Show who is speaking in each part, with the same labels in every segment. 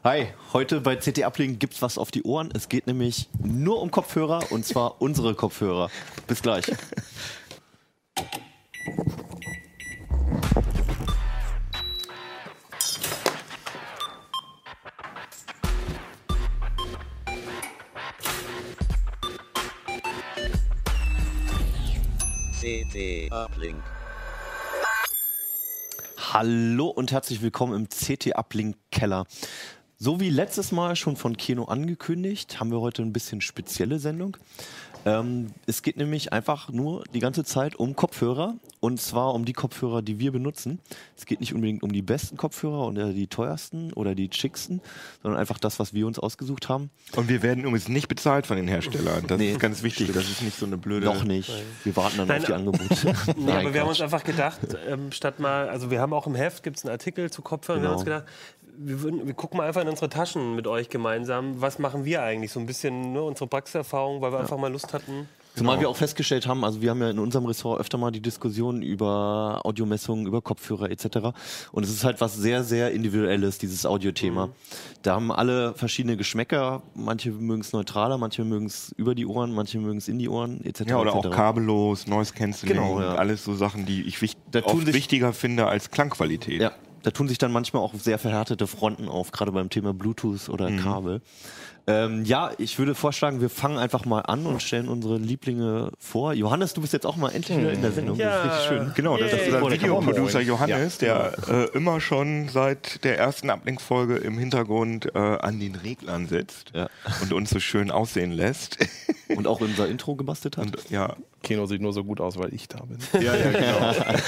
Speaker 1: Hi, heute bei CT Uplink gibt's was auf die Ohren. Es geht nämlich nur um Kopfhörer und zwar unsere Kopfhörer. Bis gleich.
Speaker 2: CT Uplink.
Speaker 1: Hallo und herzlich willkommen im CT Uplink Keller. So wie letztes Mal schon von Keno angekündigt, haben wir heute ein bisschen spezielle Sendung. Es geht nämlich einfach nur die ganze Zeit um Kopfhörer und zwar um die Kopfhörer, die wir benutzen. Es geht nicht unbedingt um die besten Kopfhörer oder die teuersten oder die schicksten, sondern einfach das, was wir uns ausgesucht haben.
Speaker 3: Und wir werden übrigens nicht bezahlt von den Herstellern. Das ist ganz wichtig. Das ist nicht so eine blöde...
Speaker 1: Noch nicht. Wir warten dann auf die Angebote.
Speaker 4: Nee, aber wir haben uns einfach gedacht, statt mal, also wir haben auch im Heft, gibt es einen Artikel zu Kopfhörern, wir haben uns gedacht, wir gucken mal einfach in unsere Taschen mit euch gemeinsam, was machen wir eigentlich, so ein bisschen unsere Praxiserfahrung, weil wir einfach mal Lust hatten.
Speaker 1: Zumal wir auch festgestellt haben, also wir haben ja in unserem Ressort öfter mal die Diskussion über Audiomessungen, über Kopfhörer etc. Und es ist halt was sehr, sehr Individuelles, dieses Audiothema. Da haben alle verschiedene Geschmäcker, manche mögen es neutraler, manche mögen es über die Ohren, manche mögen es in die Ohren etc.
Speaker 3: Ja, oder auch kabellos, Noise Cancelling,
Speaker 1: Genau, ja.
Speaker 3: Alles so Sachen, die ich oft wichtiger finde als Klangqualität.
Speaker 1: Ja, da tun sich dann manchmal auch sehr verhärtete Fronten auf, gerade beim Thema Bluetooth oder Kabel. Ja, ich würde vorschlagen, wir fangen einfach mal an und stellen unsere Lieblinge vor. Johannes, du bist jetzt auch mal endlich wieder in der Sendung.
Speaker 4: Ja.
Speaker 1: Das ist richtig schön.
Speaker 3: Genau, das ist unser Videoproducer Johannes,
Speaker 1: Ja.
Speaker 3: der immer schon seit der ersten Uplink-Folge im Hintergrund an den Reglern sitzt und uns so schön aussehen lässt.
Speaker 1: Und auch unser Intro gebastelt hat.
Speaker 3: Und, ja.
Speaker 5: Keno sieht nur so gut aus, weil ich da bin.
Speaker 3: Ja, genau.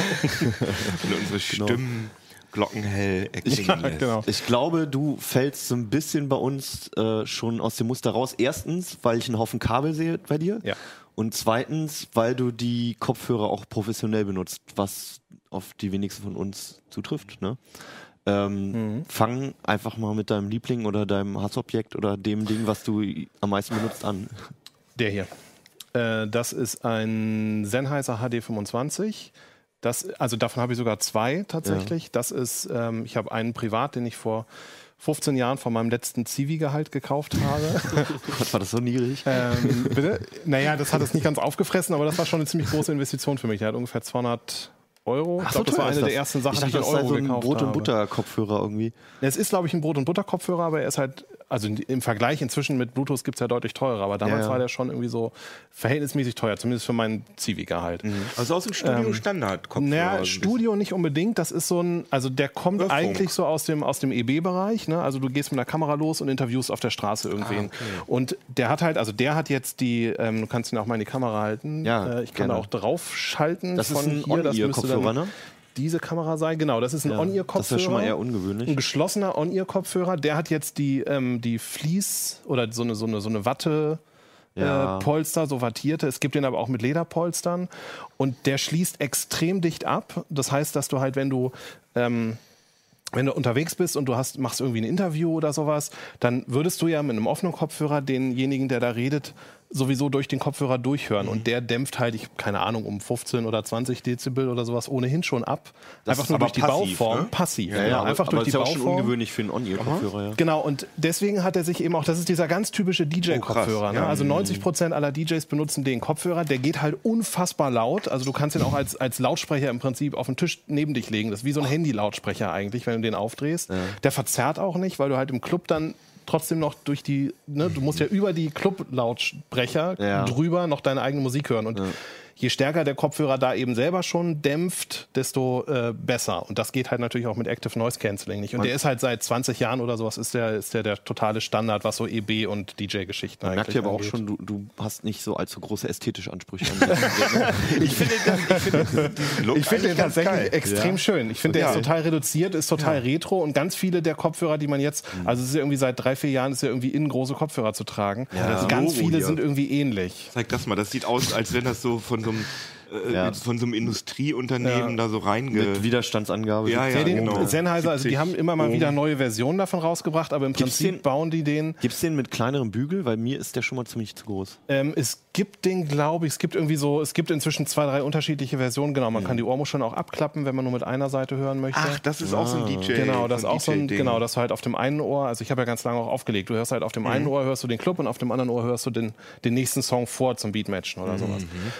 Speaker 3: Und unsere Stimmen glockenhell erklingen lässt.
Speaker 5: Genau.
Speaker 1: Ich glaube, du fällst so ein bisschen bei uns schon aus dem Muster raus. Erstens, weil ich einen Haufen Kabel sehe bei dir.
Speaker 5: Ja.
Speaker 1: Und zweitens, weil du die Kopfhörer auch professionell benutzt, was auf die wenigsten von uns zutrifft. Ne? Fang einfach mal mit deinem Liebling oder deinem Hassobjekt oder dem Ding, was du am meisten benutzt, an.
Speaker 5: Der hier. Das ist ein Sennheiser HD25. Also davon habe ich sogar zwei tatsächlich. Ja. Das ist, ich habe einen privat, den ich vor 15 Jahren von meinem letzten Zivi-Gehalt gekauft habe.
Speaker 1: Gott, war das so niedrig?
Speaker 5: Bitte? Naja, das hat es nicht ganz aufgefressen, aber das war schon eine ziemlich große Investition für mich. Der hat ungefähr 200 Euro. Ich glaube, das war eine der ersten Sachen, die ich in Euro gekauft habe.
Speaker 1: Das ist so ein Brot- und Butter-Kopfhörer irgendwie.
Speaker 5: Es ist, glaube ich, ein Brot- und Butter-Kopfhörer, aber er ist halt, also im Vergleich inzwischen mit Bluetooth gibt es ja deutlich teurer, aber damals war der schon irgendwie so verhältnismäßig teuer, zumindest für meinen Zivi-Gehalt.
Speaker 3: Also aus dem Studio-Standard-Kopfhörer.
Speaker 5: Naja, Studio nicht unbedingt, das ist so ein, also der kommt eigentlich so aus dem EB-Bereich, ne? Also du gehst mit einer Kamera los und interviewst auf der Straße irgendwen. Okay. Und der hat halt, also der hat jetzt die, du kannst ihn auch mal in die Kamera halten, ich kann da auch draufschalten.
Speaker 1: Das ist ein On-Ear-Kopfhörer, ne?
Speaker 5: Diese Kamera sein. Genau, das ist ein On-Ear-Kopfhörer.
Speaker 1: Das ist ja schon mal eher ungewöhnlich.
Speaker 5: Ein geschlossener On-Ear-Kopfhörer. Der hat jetzt die Fleece oder so eine Watte Polster, so wattierte. Es gibt den aber auch mit Lederpolstern. Und der schließt extrem dicht ab. Das heißt, dass du halt, wenn du unterwegs bist und du machst irgendwie ein Interview oder sowas, dann würdest du ja mit einem offenen Kopfhörer denjenigen, der da redet, sowieso durch den Kopfhörer durchhören. Und der dämpft halt, keine Ahnung, um 15 oder 20 Dezibel oder sowas ohnehin schon ab.
Speaker 3: Das
Speaker 5: einfach nur durch die
Speaker 3: passiv,
Speaker 5: Bauform.
Speaker 3: Ne?
Speaker 5: Passiv.
Speaker 1: Ja,
Speaker 5: einfach durch die Bauform.
Speaker 1: Das ist ja auch schon ungewöhnlich für einen On-Ear-Kopfhörer. Ja.
Speaker 5: Genau, und deswegen hat er sich eben auch, das ist dieser ganz typische DJ-Kopfhörer. Ne? Also 90% aller DJs benutzen den Kopfhörer. Der geht halt unfassbar laut. Also du kannst ihn auch als Lautsprecher im Prinzip auf den Tisch neben dich legen. Das ist wie so ein Handy-Lautsprecher eigentlich, wenn du den aufdrehst. Ja. Der verzerrt auch nicht, weil du halt im Club dann trotzdem noch durch die, ne, du musst ja über die Club-Lautsprecher drüber noch deine eigene Musik hören. Und je stärker der Kopfhörer da eben selber schon dämpft, desto besser. Und das geht halt natürlich auch mit Active Noise Cancelling nicht. Und der ist halt seit 20 Jahren oder sowas ist der totale Standard, was so EB und DJ-Geschichten eigentlich
Speaker 1: merkt ja aber auch
Speaker 5: angeht.
Speaker 1: schon, du hast nicht so allzu große ästhetische Ansprüche.
Speaker 3: Ich finde
Speaker 5: den tatsächlich extrem schön. Ich finde, der ist total reduziert, ist total retro und ganz viele der Kopfhörer, die man jetzt, also es ist ja irgendwie seit 3-4 Jahren, ist ja irgendwie in große Kopfhörer zu tragen.
Speaker 3: Ja.
Speaker 5: Ganz
Speaker 3: Logo
Speaker 5: viele
Speaker 3: hier
Speaker 5: sind irgendwie ähnlich.
Speaker 3: Zeig das mal, das sieht aus, als wenn das so von so einem von so einem Industrieunternehmen da so
Speaker 1: mit Widerstandsangabe.
Speaker 3: Genau.
Speaker 5: Sennheiser, also die haben immer mal wieder neue Versionen davon rausgebracht, aber im Prinzip bauen die den.
Speaker 1: Gibt es den mit kleinerem Bügel? Weil mir ist der schon mal ziemlich zu groß.
Speaker 5: Es gibt den, glaube ich, es gibt inzwischen 2, 3 unterschiedliche Versionen. Genau, man kann die Ohrmuscheln auch abklappen, wenn man nur mit einer Seite hören möchte.
Speaker 3: Ach, das ist auch so ein DJ.
Speaker 5: Genau, das ist auch so ein, genau, das halt auf dem einen Ohr, also ich habe ja ganz lange auch aufgelegt, du hörst halt auf dem einen Ohr hörst du den Club und auf dem anderen Ohr hörst du den nächsten Song vor zum Beatmatchen oder sowas.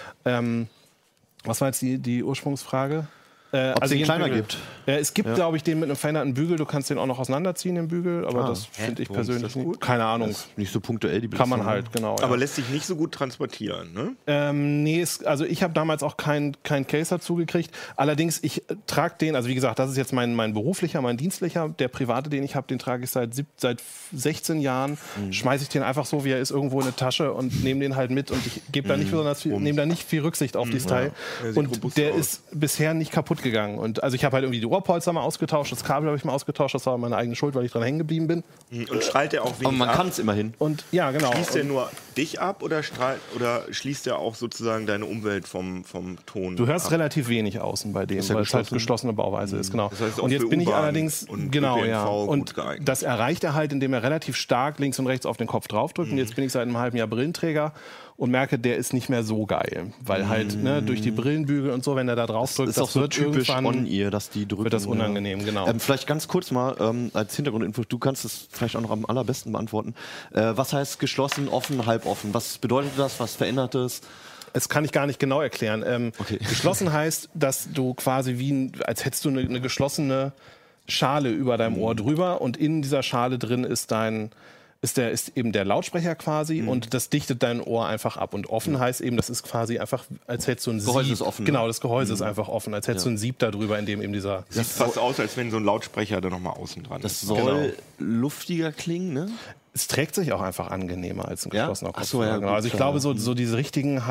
Speaker 5: Was war jetzt die Ursprungsfrage?
Speaker 1: Ob es den kleiner gibt?
Speaker 5: Es gibt, glaube ich, den mit einem veränderten Bügel. Du kannst den auch noch auseinanderziehen, den Bügel. Aber das finde ich persönlich nicht. Keine Ahnung. Das
Speaker 1: ist nicht so punktuell, die
Speaker 5: kann man halt, genau.
Speaker 3: Aber lässt sich nicht so gut transportieren, ne?
Speaker 5: Nee, also ich habe damals auch kein Case dazu gekriegt. Allerdings, ich trage den, also wie gesagt, das ist jetzt mein beruflicher, mein dienstlicher. Der private, den ich habe, den trage ich seit 16 Jahren. Schmeiße ich den einfach so, wie er ist, irgendwo in eine Tasche und nehme den halt mit. Und ich gebe da nehme da nicht viel Rücksicht auf dieses Teil. Und der ist bisher nicht kaputt gegangen. Und also ich habe halt irgendwie die Ohrpolster mal ausgetauscht, das Kabel habe ich mal ausgetauscht, das war meine eigene Schuld, weil ich dran hängen geblieben bin.
Speaker 3: Und strahlt der auch wenig
Speaker 1: ab? Aber man kann es immerhin.
Speaker 5: Und ja, genau.
Speaker 3: Schließt der nur dich ab oder schließt der auch sozusagen deine Umwelt vom Ton
Speaker 5: Du hörst
Speaker 3: ab?
Speaker 5: relativ wenig außen bei dem, weil es halt geschlossene Bauweise ist, genau.
Speaker 3: Das heißt,
Speaker 5: und jetzt bin ich allerdings, genau,
Speaker 3: ÖPNV
Speaker 5: und das erreicht er halt, indem er relativ stark links und rechts auf den Kopf draufdrückt. Und jetzt bin ich seit einem halben Jahr Brillenträger und merke, der ist nicht mehr so geil, weil halt durch die Brillenbügel und so, wenn er da drauf drückt,
Speaker 1: das wird typisch On-Ear, dass die drücken.
Speaker 5: Wird das unangenehm, genau.
Speaker 1: Vielleicht ganz kurz mal als Hintergrundinfo, du kannst es vielleicht auch noch am allerbesten beantworten. Was heißt geschlossen, offen, halboffen? Was bedeutet das? Was verändert es?
Speaker 5: Das kann ich gar nicht genau erklären. Geschlossen heißt, dass du quasi als hättest du eine geschlossene Schale über deinem Ohr drüber und in dieser Schale drin ist ist eben der Lautsprecher quasi und das dichtet dein Ohr einfach ab. Und offen heißt eben, das ist quasi einfach, als hättest du ein
Speaker 1: Gehäuse
Speaker 5: Sieb.
Speaker 1: Ist offen.
Speaker 5: Genau, das Gehäuse ist einfach offen, als hättest du ein Sieb da drüber, in dem eben dieser...
Speaker 3: Sieht fast aus, als wenn so ein Lautsprecher da nochmal außen dran ist.
Speaker 1: Das soll luftiger klingen, ne?
Speaker 5: Es trägt sich auch einfach angenehmer als ein geschlossener Kopfhörer.
Speaker 1: So, ja,
Speaker 5: genau. Also ich glaube, so diese richtigen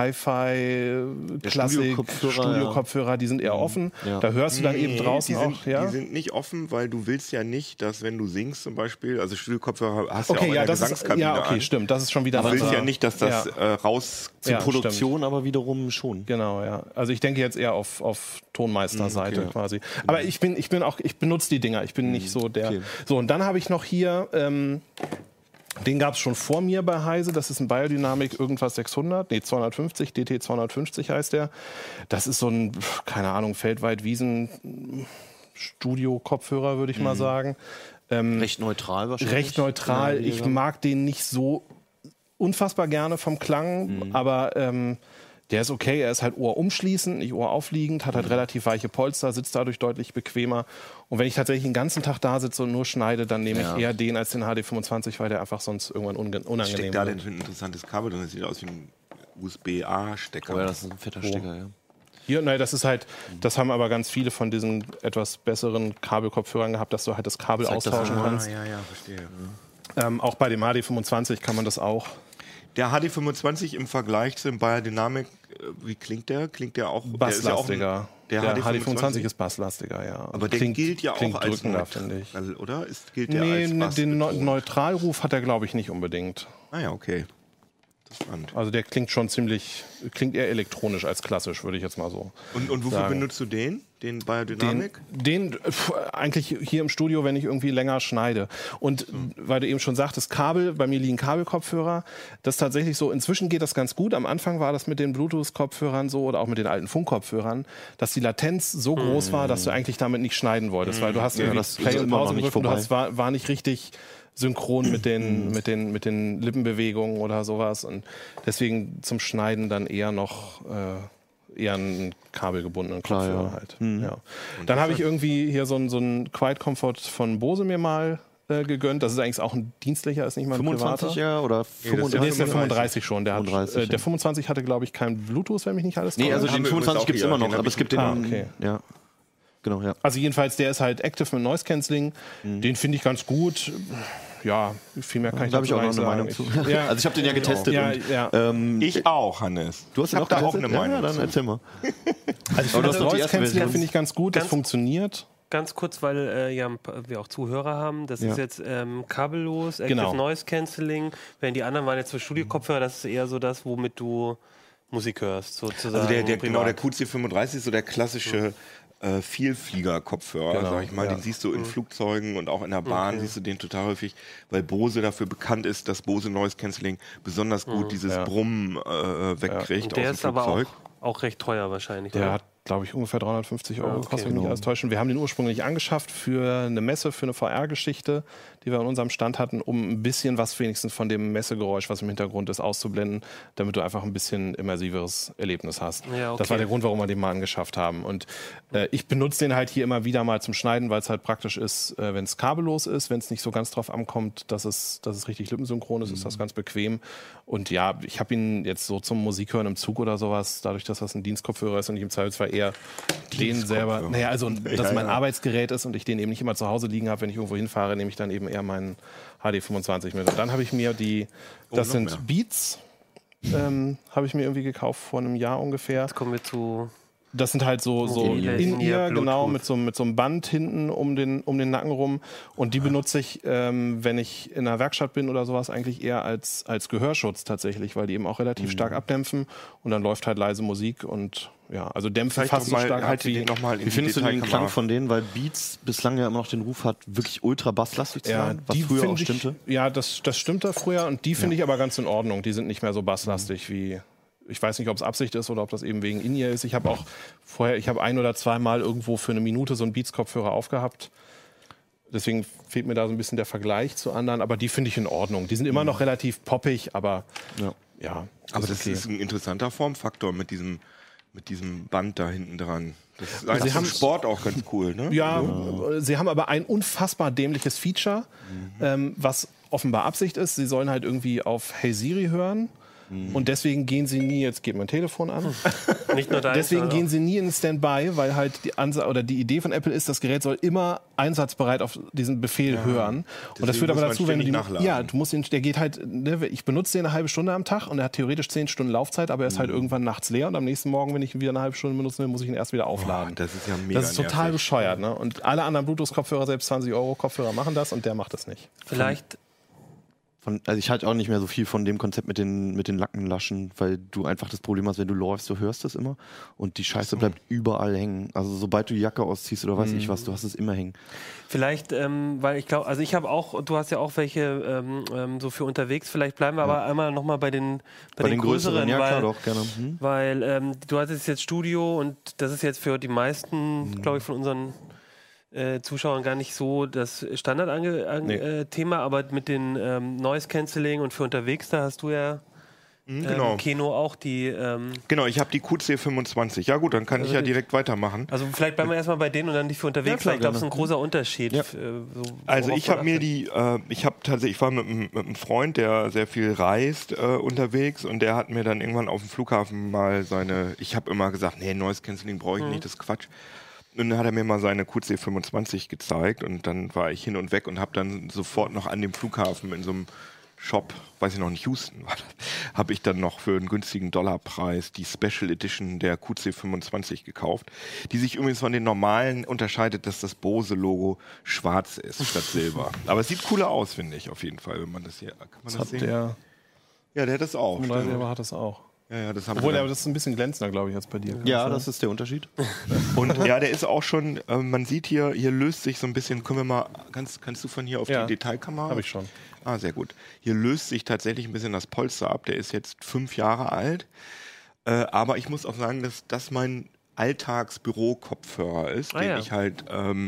Speaker 5: Hi-Fi-Klassik-Studio-Kopfhörer, die sind eher offen. Ja. Da hörst du dann eben draußen auch. Ja?
Speaker 3: Die sind nicht offen, weil du willst ja nicht, dass wenn du singst zum Beispiel, also Studio-Kopfhörer hast ja auch in der Gesangskabine
Speaker 5: an. Stimmt, das ist schon wieder...
Speaker 3: Aber du willst ja nicht, dass das raus...
Speaker 1: Zur Produktion stimmt. Aber wiederum schon.
Speaker 5: Genau, ja. Also ich denke jetzt eher auf Tonmeisterseite quasi. Aber ich benutze die Dinger. Ich bin nicht so der... Okay. So, und dann habe ich noch hier... den gab es schon vor mir bei Heise. Das ist ein Biodynamic irgendwas 250, DT 250 heißt der. Das ist so ein, keine Ahnung, Feldweit-Wiesen-Studio-Kopfhörer, würde ich mal sagen.
Speaker 1: Recht neutral wahrscheinlich.
Speaker 5: Recht neutral. Ja, ich mag den nicht so unfassbar gerne vom Klang, aber der ist okay. Er ist halt ohrumschließend, nicht ohraufliegend, hat halt relativ weiche Polster, sitzt dadurch deutlich bequemer. Und wenn ich tatsächlich den ganzen Tag da sitze und nur schneide, dann nehme ich eher den als den HD25, weil der einfach sonst irgendwann unangenehm
Speaker 3: steckt da denn für ein interessantes Kabel drin? Das sieht aus wie ein USB-A-Stecker.
Speaker 1: Oh ja, das ist ein fetter Stecker, ja.
Speaker 5: Hier, nein, das ist halt, das haben aber ganz viele von diesen etwas besseren Kabelkopfhörern gehabt, dass du halt das Kabel austauschen kannst.
Speaker 3: Ja, verstehe.
Speaker 5: Auch bei dem HD25 kann man das auch.
Speaker 3: Der HD25 im Vergleich zum Biodynamic, wie klingt der? Klingt der auch
Speaker 5: basslastiger?
Speaker 3: Der
Speaker 5: HD25 ist basslastiger, ja.
Speaker 3: Aber der gilt ja auch als
Speaker 5: drückender, finde ich.
Speaker 3: Oder? Gilt der als Bass
Speaker 5: den Neutralruf hat er, glaube ich, nicht unbedingt.
Speaker 3: Ah ja, okay. Spannend.
Speaker 5: Also der klingt schon klingt eher elektronisch als klassisch, würde ich jetzt mal so
Speaker 3: Und wofür
Speaker 5: sagen.
Speaker 3: Benutzt du den Biodynamic?
Speaker 5: Den eigentlich hier im Studio, wenn ich irgendwie länger schneide. Und weil du eben schon sagtest, Kabel, bei mir liegen Kabelkopfhörer. Das ist tatsächlich so, inzwischen geht das ganz gut. Am Anfang war das mit den Bluetooth-Kopfhörern so oder auch mit den alten Funkkopfhörern, dass die Latenz so groß war, dass du eigentlich damit nicht schneiden wolltest. Weil du hast das Play und Pause gedrückt und du war nicht richtig synchron mit den Lippenbewegungen oder sowas. Und deswegen zum Schneiden dann eher einen kabelgebundenen Kopfhörer halt. Ja. Dann habe ich irgendwie hier so einen Quiet Comfort von Bose mir mal gegönnt. Das ist eigentlich auch ein dienstlicher, ist nicht mal ein
Speaker 1: 25 privater. Oder
Speaker 5: 35? Nee, ist der 35 schon. Der
Speaker 1: 35,
Speaker 5: der 25 hatte, glaube ich, kein Bluetooth, wenn mich nicht alles täuscht.
Speaker 1: Nee, also den 25 gibt es immer noch, aber es gibt den...
Speaker 5: okay.
Speaker 1: Ja. Genau, ja.
Speaker 5: Also jedenfalls, der ist halt active mit Noise Cancelling. Den finde ich ganz gut. Ja, viel mehr kann ich dazu
Speaker 1: auch noch
Speaker 5: nicht
Speaker 1: eine
Speaker 5: sagen.
Speaker 1: Meinung zu. Also ich habe den ja getestet.
Speaker 3: Ich auch, Hannes.
Speaker 1: Du hast
Speaker 3: da auch eine Meinung.
Speaker 1: Ja, dann erzähl mal.
Speaker 5: Also ich finde Noise Cancelling finde ich ganz gut. Das funktioniert.
Speaker 4: Ganz kurz, weil wir auch Zuhörer haben. Das ist jetzt kabellos, Active Noise Cancelling. Während die anderen waren jetzt für Studio-Kopfhörer. Das ist eher so das, womit du Musik hörst, sozusagen.
Speaker 3: Also der QC35 ist so der klassische Vielflieger-Kopfhörer, sag ich mal. Den siehst du in Flugzeugen und auch in der Bahn siehst du den total häufig, weil Bose dafür bekannt ist, dass Bose Noise Cancelling besonders gut dieses Brummen wegkriegt
Speaker 4: und der
Speaker 3: aus dem
Speaker 4: ist
Speaker 3: Flugzeug.
Speaker 4: aber auch recht teuer wahrscheinlich.
Speaker 5: Der hat, glaube ich, ungefähr 350 Euro gekostet, wenn mich nicht alles täuschen. Wir haben den ursprünglich angeschafft für eine Messe, für eine VR-Geschichte, die wir an unserem Stand hatten, um ein bisschen was wenigstens von dem Messegeräusch, was im Hintergrund ist, auszublenden, damit du einfach ein bisschen immersiveres Erlebnis hast.
Speaker 4: Ja, okay.
Speaker 5: Das war der Grund, warum wir den mal angeschafft haben. Und ich benutze den halt hier immer wieder mal zum Schneiden, weil es halt praktisch ist, wenn es kabellos ist, wenn es nicht so ganz drauf ankommt, dass es richtig lippensynchron ist, ist das ganz bequem. Und ja, ich habe ihn jetzt so zum Musikhören im Zug oder sowas, dadurch, dass das ein Dienstkopfhörer ist und ich im Zweifelsfall eher den selber, dass mein Arbeitsgerät ist und ich den eben nicht immer zu Hause liegen habe, wenn ich irgendwo hinfahre, nehme ich dann eben eher meinen HD25 mit. Und dann habe ich mir das sind Beats, habe ich mir irgendwie gekauft vor einem Jahr ungefähr.
Speaker 4: Jetzt kommen wir zu...
Speaker 5: Das sind halt so In-Ear, genau, mit so einem Band hinten um den Nacken rum. Und die benutze ich, wenn ich in einer Werkstatt bin oder sowas, eigentlich eher als Gehörschutz tatsächlich, weil die eben auch relativ stark abdämpfen. Und dann läuft halt leise Musik und ja, also dämpfen fast so stark ab wie...
Speaker 1: Wie findest du den Klang von denen? Weil Beats bislang ja immer noch den Ruf hat, wirklich ultra basslastig zu sein, was früher auch stimmte.
Speaker 5: Ja, das stimmte früher und die finde ich aber ganz in Ordnung. Die sind nicht mehr so basslastig wie... Ich weiß nicht, ob es Absicht ist oder ob das eben wegen In-Ear ist. Ich habe auch ein- oder zweimal irgendwo für eine Minute so einen Beats-Kopfhörer aufgehabt. Deswegen fehlt mir da so ein bisschen der Vergleich zu anderen. Aber die finde ich in Ordnung. Die sind immer noch relativ poppig, aber ja.
Speaker 3: Aber das ist ein interessanter Formfaktor mit diesem Band da hinten dran. Das ist im Sport auch ganz cool, ne?
Speaker 5: Ja, sie haben aber ein unfassbar dämliches Feature, was offenbar Absicht ist. Sie sollen halt irgendwie auf Hey Siri hören. Und deswegen gehen sie nie, jetzt geht mein Telefon an,
Speaker 4: Nicht nur
Speaker 5: deswegen gehen sie nie in Standby, weil halt die Idee von Apple ist, das Gerät soll immer einsatzbereit auf diesen Befehl hören. Und das führt aber dazu, wenn du du musst der geht halt, ich benutze den eine halbe Stunde am Tag und er hat theoretisch 10 Stunden Laufzeit, aber er ist halt irgendwann nachts leer und am nächsten Morgen, wenn ich ihn wieder eine halbe Stunde benutze, muss ich ihn erst wieder aufladen.
Speaker 3: Das ist ja mega
Speaker 5: Das ist total bescheuert, ne? Und alle anderen Bluetooth-Kopfhörer, selbst 20 Euro Kopfhörer machen das und der macht das nicht.
Speaker 4: Vielleicht...
Speaker 1: Also ich halte auch nicht mehr so viel von dem Konzept mit den Lackenlaschen, weil du einfach das Problem hast, wenn du läufst, du hörst das immer und die Scheiße bleibt überall hängen. Also sobald du die Jacke ausziehst oder weiß ich was, du hast es immer hängen.
Speaker 4: Vielleicht, weil ich glaube, also ich habe auch, du hast ja auch welche so für unterwegs, vielleicht bleiben wir aber einmal nochmal bei den größeren.
Speaker 1: Ja, klar, doch, gerne.
Speaker 4: Weil du hattest jetzt Studio und das ist jetzt für die meisten, glaube ich, von unseren Zuschauern gar nicht so das Standard-Thema, aber mit den Noise Cancelling und für unterwegs, da hast du ja Keno auch die...
Speaker 3: Genau, ich habe die QC25. Ja gut, dann kann ich ja direkt weitermachen.
Speaker 4: Also vielleicht bleiben wir erstmal bei denen und dann die für unterwegs. Ich glaube, das ist ein großer Unterschied. Ja.
Speaker 3: Also ich habe mir ich war mit einem Freund, der sehr viel reist unterwegs und der hat mir dann irgendwann auf dem Flughafen mal ich habe immer gesagt, nee, Noise Cancelling brauche ich nicht, das ist Quatsch. Und dann hat er mir mal seine QC25 gezeigt und dann war ich hin und weg und habe dann sofort noch an dem Flughafen in so einem Shop, weiß ich noch nicht, Houston war das, habe ich dann noch für einen günstigen Dollarpreis die Special Edition der QC25 gekauft, die sich übrigens von den normalen unterscheidet, dass das Bose-Logo schwarz ist statt Silber. Aber es sieht cooler aus, finde ich, auf jeden Fall, wenn man das hier... Kann man das sehen?
Speaker 5: Ja,
Speaker 3: der hat das auch.
Speaker 5: Der hat das auch.
Speaker 3: Ja, das
Speaker 5: Obwohl, aber das ist ein bisschen glänzender, glaube ich, als bei dir.
Speaker 1: Ja, das ist der Unterschied.
Speaker 3: Und ja, der ist auch schon, man sieht hier löst sich so ein bisschen, können wir mal, kannst du von hier auf die Detailkamera?
Speaker 5: Habe ich schon.
Speaker 3: Ah, sehr gut. Hier löst sich tatsächlich ein bisschen das Polster ab. Der ist jetzt 5 Jahre alt. Aber ich muss auch sagen, dass das mein Alltagsbüro-Kopfhörer ist, den ich halt...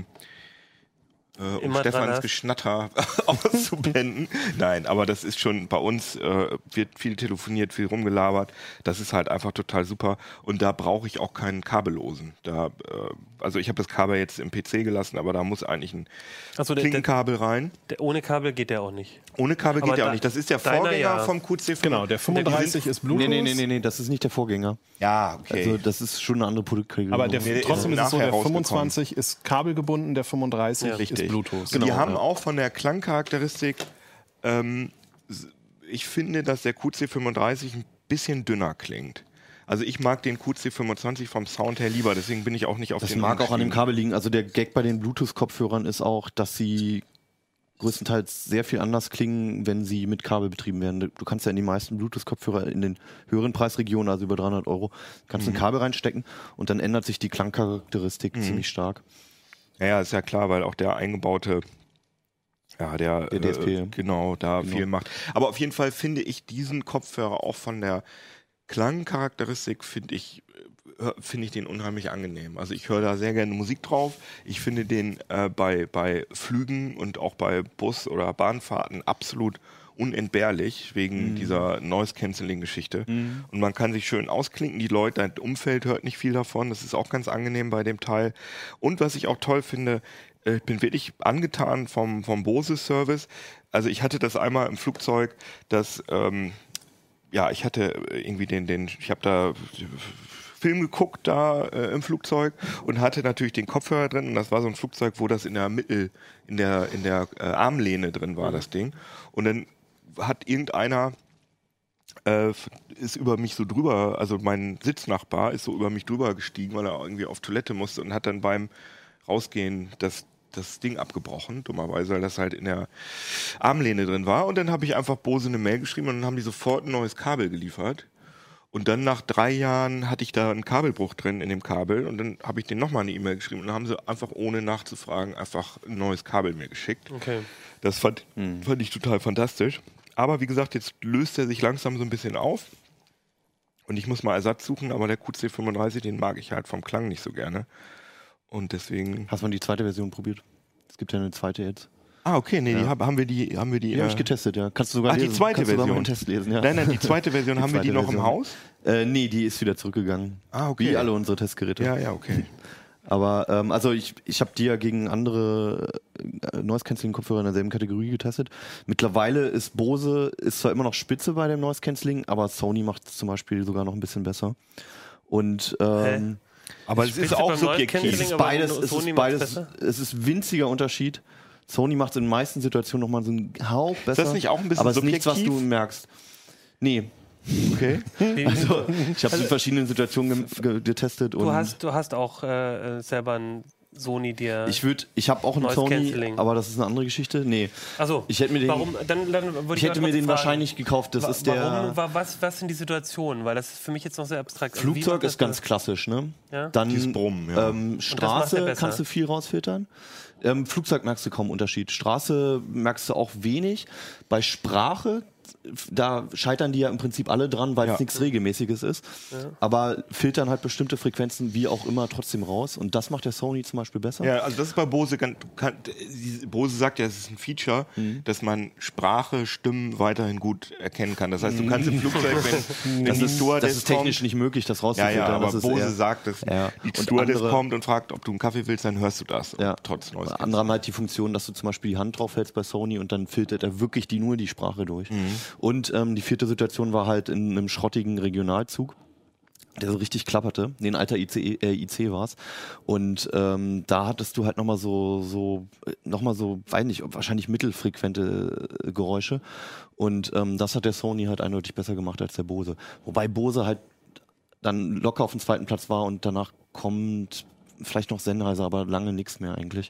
Speaker 3: um Stefans Geschnatter auszublenden. Nein, aber das ist schon, bei uns wird viel telefoniert, viel rumgelabert. Das ist halt einfach total super. Und da brauche ich auch keinen kabellosen. Also ich habe das Kabel jetzt im PC gelassen, aber da muss eigentlich ein Klinkenkabel rein.
Speaker 4: Ohne Kabel geht der auch nicht.
Speaker 3: Ohne Kabel geht der auch nicht. Das ist der Vorgänger vom QC.
Speaker 5: Genau, der 35 ist Bluetooth.
Speaker 1: Nee, das ist nicht der Vorgänger.
Speaker 3: Ja, okay.
Speaker 1: Also das ist schon eine andere Produktkategorie.
Speaker 5: Aber trotzdem ist es so, der 25 ist kabelgebunden, der 35 ist Bluetooth.
Speaker 3: Genau, die haben auch von der Klangcharakteristik, ich finde, dass der QC35 ein bisschen dünner klingt. Also ich mag den QC25 vom Sound her lieber, deswegen bin ich auch nicht auf den...
Speaker 1: Das mag auch an dem Kabel liegen. Also der Gag bei den Bluetooth-Kopfhörern ist auch, dass sie größtenteils sehr viel anders klingen, wenn sie mit Kabel betrieben werden. Du kannst ja in die meisten Bluetooth-Kopfhörer in den höheren Preisregionen, also über 300 €, kannst ein Kabel reinstecken und dann ändert sich die Klangcharakteristik ziemlich stark.
Speaker 3: Ja, ist ja klar, weil auch der eingebaute, der DSP, genau, viel macht. Aber auf jeden Fall finde ich diesen Kopfhörer auch von der Klangcharakteristik finde ich den unheimlich angenehm. Also ich höre da sehr gerne Musik drauf. Ich finde den bei Flügen und auch bei Bus- oder Bahnfahrten absolut unentbehrlich wegen dieser Noise-Canceling-Geschichte. Und man kann sich schön ausklinken. Die Leute, das Umfeld hört nicht viel davon. Das ist auch ganz angenehm bei dem Teil. Und was ich auch toll finde, ich bin wirklich angetan vom Bose-Service. Also ich hatte das einmal im Flugzeug, dass ich hatte irgendwie ich habe da Film geguckt da im Flugzeug und hatte natürlich den Kopfhörer drin und das war so ein Flugzeug, wo das in der Armlehne drin war, das Ding. Und dann hat irgendeiner ist über mich so drüber, also mein Sitznachbar ist so über mich drüber gestiegen, weil er irgendwie auf Toilette musste und hat dann beim Rausgehen das Ding abgebrochen, dummerweise, weil das halt in der Armlehne drin war. Und dann habe ich einfach Bose eine Mail geschrieben und dann haben die sofort ein neues Kabel geliefert. Und dann nach 3 Jahren hatte ich da einen Kabelbruch drin in dem Kabel und dann habe ich denen nochmal eine E-Mail geschrieben und dann haben sie einfach ohne nachzufragen einfach ein neues Kabel mir geschickt.
Speaker 4: Okay.
Speaker 3: Das fand ich total fantastisch. Aber wie gesagt, jetzt löst er sich langsam so ein bisschen auf und ich muss mal Ersatz suchen, aber der QC35, den mag ich halt vom Klang nicht so gerne. Und deswegen.
Speaker 1: Hast du mal die zweite Version probiert? Es gibt ja eine zweite jetzt.
Speaker 3: Ah, okay, nee,
Speaker 1: ja.
Speaker 3: haben wir die. Die
Speaker 1: habe ich getestet, ja. Kannst du sogar
Speaker 3: lesen. Die zweite
Speaker 1: Kannst
Speaker 3: Version.
Speaker 1: Du einen Test lesen, ja.
Speaker 3: Nein, die zweite Version, haben wir die noch im Haus?
Speaker 1: Nee, die ist wieder zurückgegangen.
Speaker 3: Ah, okay.
Speaker 1: Wie alle unsere Testgeräte.
Speaker 3: Ja, okay.
Speaker 1: Aber also ich habe die ja gegen andere Noise-Canceling-Kopfhörer in derselben Kategorie getestet. Mittlerweile ist Bose zwar immer noch Spitze bei dem Noise-Canceling, aber Sony macht es zum Beispiel sogar noch ein bisschen besser. Und
Speaker 3: aber es ist auch subjektiv.
Speaker 1: Es ist ein winziger Unterschied. Sony macht es in den meisten Situationen nochmal so einen Hauch besser.
Speaker 3: Ist das nicht auch ein bisschen
Speaker 1: aber
Speaker 3: subjektiv?
Speaker 1: Aber es ist nichts, was du merkst. Nee.
Speaker 3: Okay.
Speaker 1: Also ich habe es in verschiedenen Situationen getestet.
Speaker 4: Du hast auch selber ein Sony dir.
Speaker 1: Ich habe auch einen Sony, aber das ist eine andere Geschichte. Nee.
Speaker 4: Also
Speaker 1: ich hätte mir den,
Speaker 4: ich hätte mir den
Speaker 1: wahrscheinlich gekauft. Das ist
Speaker 4: was sind die Situationen? Weil das ist für mich jetzt noch sehr abstrakt.
Speaker 1: Flugzeug ist ganz klassisch, ne?
Speaker 4: Ja?
Speaker 1: Dann
Speaker 3: dieses Brummen, ja.
Speaker 1: Straße kannst du viel rausfiltern. Flugzeug merkst du kaum Unterschied. Straße merkst du auch wenig. Bei Sprache, da scheitern die ja im Prinzip alle dran, weil es nichts Regelmäßiges ist. Ja. Aber filtern halt bestimmte Frequenzen wie auch immer trotzdem raus. Und das macht der Sony zum Beispiel besser.
Speaker 3: Ja, also das ist bei Bose, Bose sagt ja, es ist ein Feature, dass man Sprache, Stimmen weiterhin gut erkennen kann. Das heißt, du kannst im Flugzeug, wenn die Stewardess
Speaker 1: das ist technisch nicht möglich, das rauszufiltern.
Speaker 3: Ja, aber
Speaker 1: das
Speaker 3: Bose sagt, dass die Stewardess kommt und fragt, ob du einen Kaffee willst, dann hörst du das.
Speaker 1: Ja.
Speaker 3: Trotz Neues.
Speaker 1: Andere haben halt die Funktion, dass du zum Beispiel die Hand drauf hältst bei Sony und dann filtert er wirklich nur die Sprache durch. Und die vierte Situation war halt in einem schrottigen Regionalzug, der so richtig klapperte. Nee, ein alter IC war's. Und da hattest du halt nochmal so, weiß nicht, wahrscheinlich mittelfrequente Geräusche. Und das hat der Sony halt eindeutig besser gemacht als der Bose. Wobei Bose halt dann locker auf dem zweiten Platz war und danach kommt vielleicht noch Sennheiser, aber lange nichts mehr eigentlich.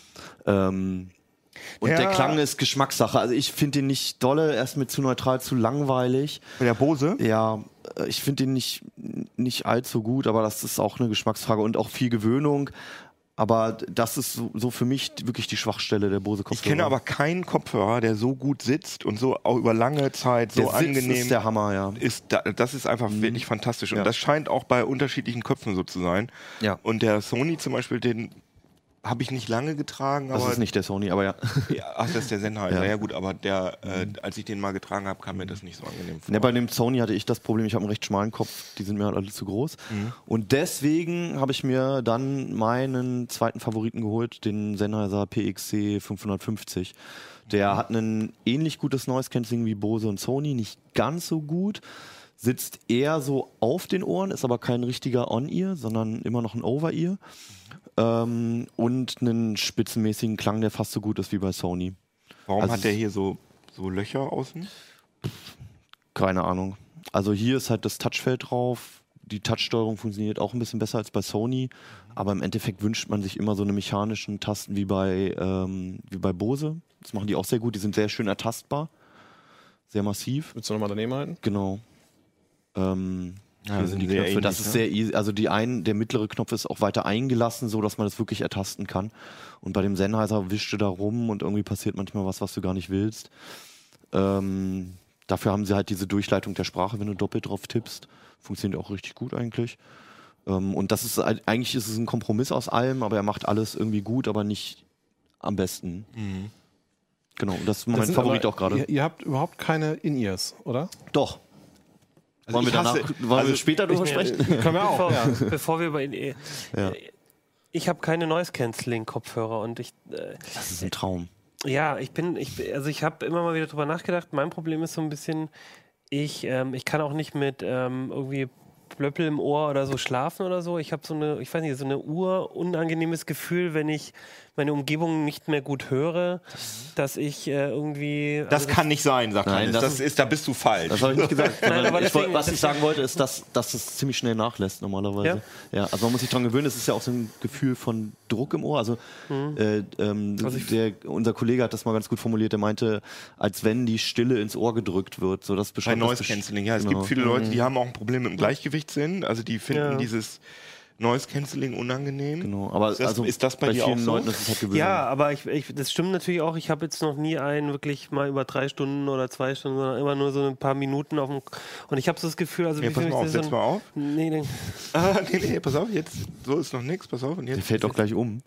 Speaker 1: Und der Klang ist Geschmackssache. Also ich finde den nicht dolle, er ist mir zu neutral, zu langweilig.
Speaker 3: Der Bose?
Speaker 1: Ja, ich finde den nicht allzu gut, aber das ist auch eine Geschmacksfrage und auch viel Gewöhnung. Aber das ist so für mich wirklich die Schwachstelle der Bose-Kopfhörer.
Speaker 3: Ich kenne aber keinen Kopfhörer, der so gut sitzt und so auch über lange Zeit so angenehm
Speaker 1: ist. Der Hammer, ja.
Speaker 3: Das ist einfach wirklich fantastisch. Und das scheint auch bei unterschiedlichen Köpfen so zu sein.
Speaker 1: Ja.
Speaker 3: Und der Sony zum Beispiel, den habe ich nicht lange getragen.
Speaker 1: Das ist nicht der Sony, aber ja.
Speaker 3: Ach, das ist der Sennheiser. Ja gut, aber als ich den mal getragen habe, kam mir das nicht so angenehm vor.
Speaker 1: Ja, bei dem Sony hatte ich das Problem, ich habe einen recht schmalen Kopf, die sind mir halt alle zu groß. Und deswegen habe ich mir dann meinen zweiten Favoriten geholt, den Sennheiser PXC 550. Der hat ein ähnlich gutes Noise-Cancelling wie Bose und Sony, nicht ganz so gut. Sitzt eher so auf den Ohren, ist aber kein richtiger On-Ear, sondern immer noch ein Over-Ear. Und einen spitzenmäßigen Klang, der fast so gut ist wie bei Sony.
Speaker 3: Warum hat der hier so Löcher außen?
Speaker 1: Keine Ahnung. Also hier ist halt das Touchfeld drauf. die Touch-Steuerung funktioniert auch ein bisschen besser als bei Sony, aber im Endeffekt wünscht man sich immer so eine mechanischen Tasten wie bei Bose. Das machen die auch sehr gut, die sind sehr schön ertastbar, sehr massiv.
Speaker 5: Willst du nochmal daneben halten?
Speaker 1: Genau. Hier sind die
Speaker 3: sehr
Speaker 1: Knöpfe.
Speaker 3: ähnlich,
Speaker 1: Das ist sehr easy. Also der mittlere Knopf ist auch weiter eingelassen, so dass man das wirklich ertasten kann. Und bei dem Sennheiser wischst du da rum und irgendwie passiert manchmal was du gar nicht willst. Dafür haben sie halt diese Durchleitung der Sprache, wenn du doppelt drauf tippst. Funktioniert auch richtig gut eigentlich. Und das ist eigentlich ist es ein Kompromiss aus allem, aber er macht alles irgendwie gut, aber nicht am besten. Mhm. Genau, und das ist mein Favorit auch gerade.
Speaker 5: Ihr habt überhaupt keine In-Ears, oder?
Speaker 1: Doch. Wollen wir später drüber sprechen?
Speaker 5: Können wir auch.
Speaker 4: Bevor wir über ihn. Ich habe keine Noise-Canceling-Kopfhörer und
Speaker 1: das ist ein Traum.
Speaker 4: Ja, ich habe immer mal wieder drüber nachgedacht. Mein Problem ist so ein bisschen, ich kann auch nicht mit irgendwie Blöppel im Ohr oder so schlafen oder so. Ich habe so eine unangenehmes Gefühl, wenn ich meine Umgebung nicht mehr gut höre, dass ich irgendwie...
Speaker 3: Das kann nicht sein, sagt
Speaker 1: Nein,
Speaker 3: Hannes. Da bist du falsch.
Speaker 1: Das habe ich nicht gesagt.
Speaker 4: Nein, aber
Speaker 1: was ich sagen wollte, ist, dass es ziemlich schnell nachlässt normalerweise. Ja, also man muss sich daran gewöhnen, es ist ja auch so ein Gefühl von Druck im Ohr. Also, unser Kollege hat das mal ganz gut formuliert, der meinte, als wenn die Stille ins Ohr gedrückt wird. So, das
Speaker 3: bei Noise Cancelling, ja. Es gibt viele Leute, die haben auch ein Problem mit dem Gleichgewichtssinn. Also die finden dieses Noise Cancelling unangenehm.
Speaker 1: Genau, aber
Speaker 3: ist das bei dir
Speaker 1: vielen
Speaker 3: auch so?
Speaker 1: Leuten ist es halt gewöhnt.
Speaker 4: Ja, aber das stimmt natürlich auch. Ich habe jetzt noch nie wirklich mal über 3 Stunden oder 2 Stunden, sondern immer nur so ein paar Minuten auf dem. Und ich habe so das Gefühl, also
Speaker 3: pass mal auf, setz mal auf.
Speaker 4: Nee,
Speaker 3: pass auf, jetzt so ist noch nichts, pass auf. Und jetzt
Speaker 1: der fällt doch gleich um.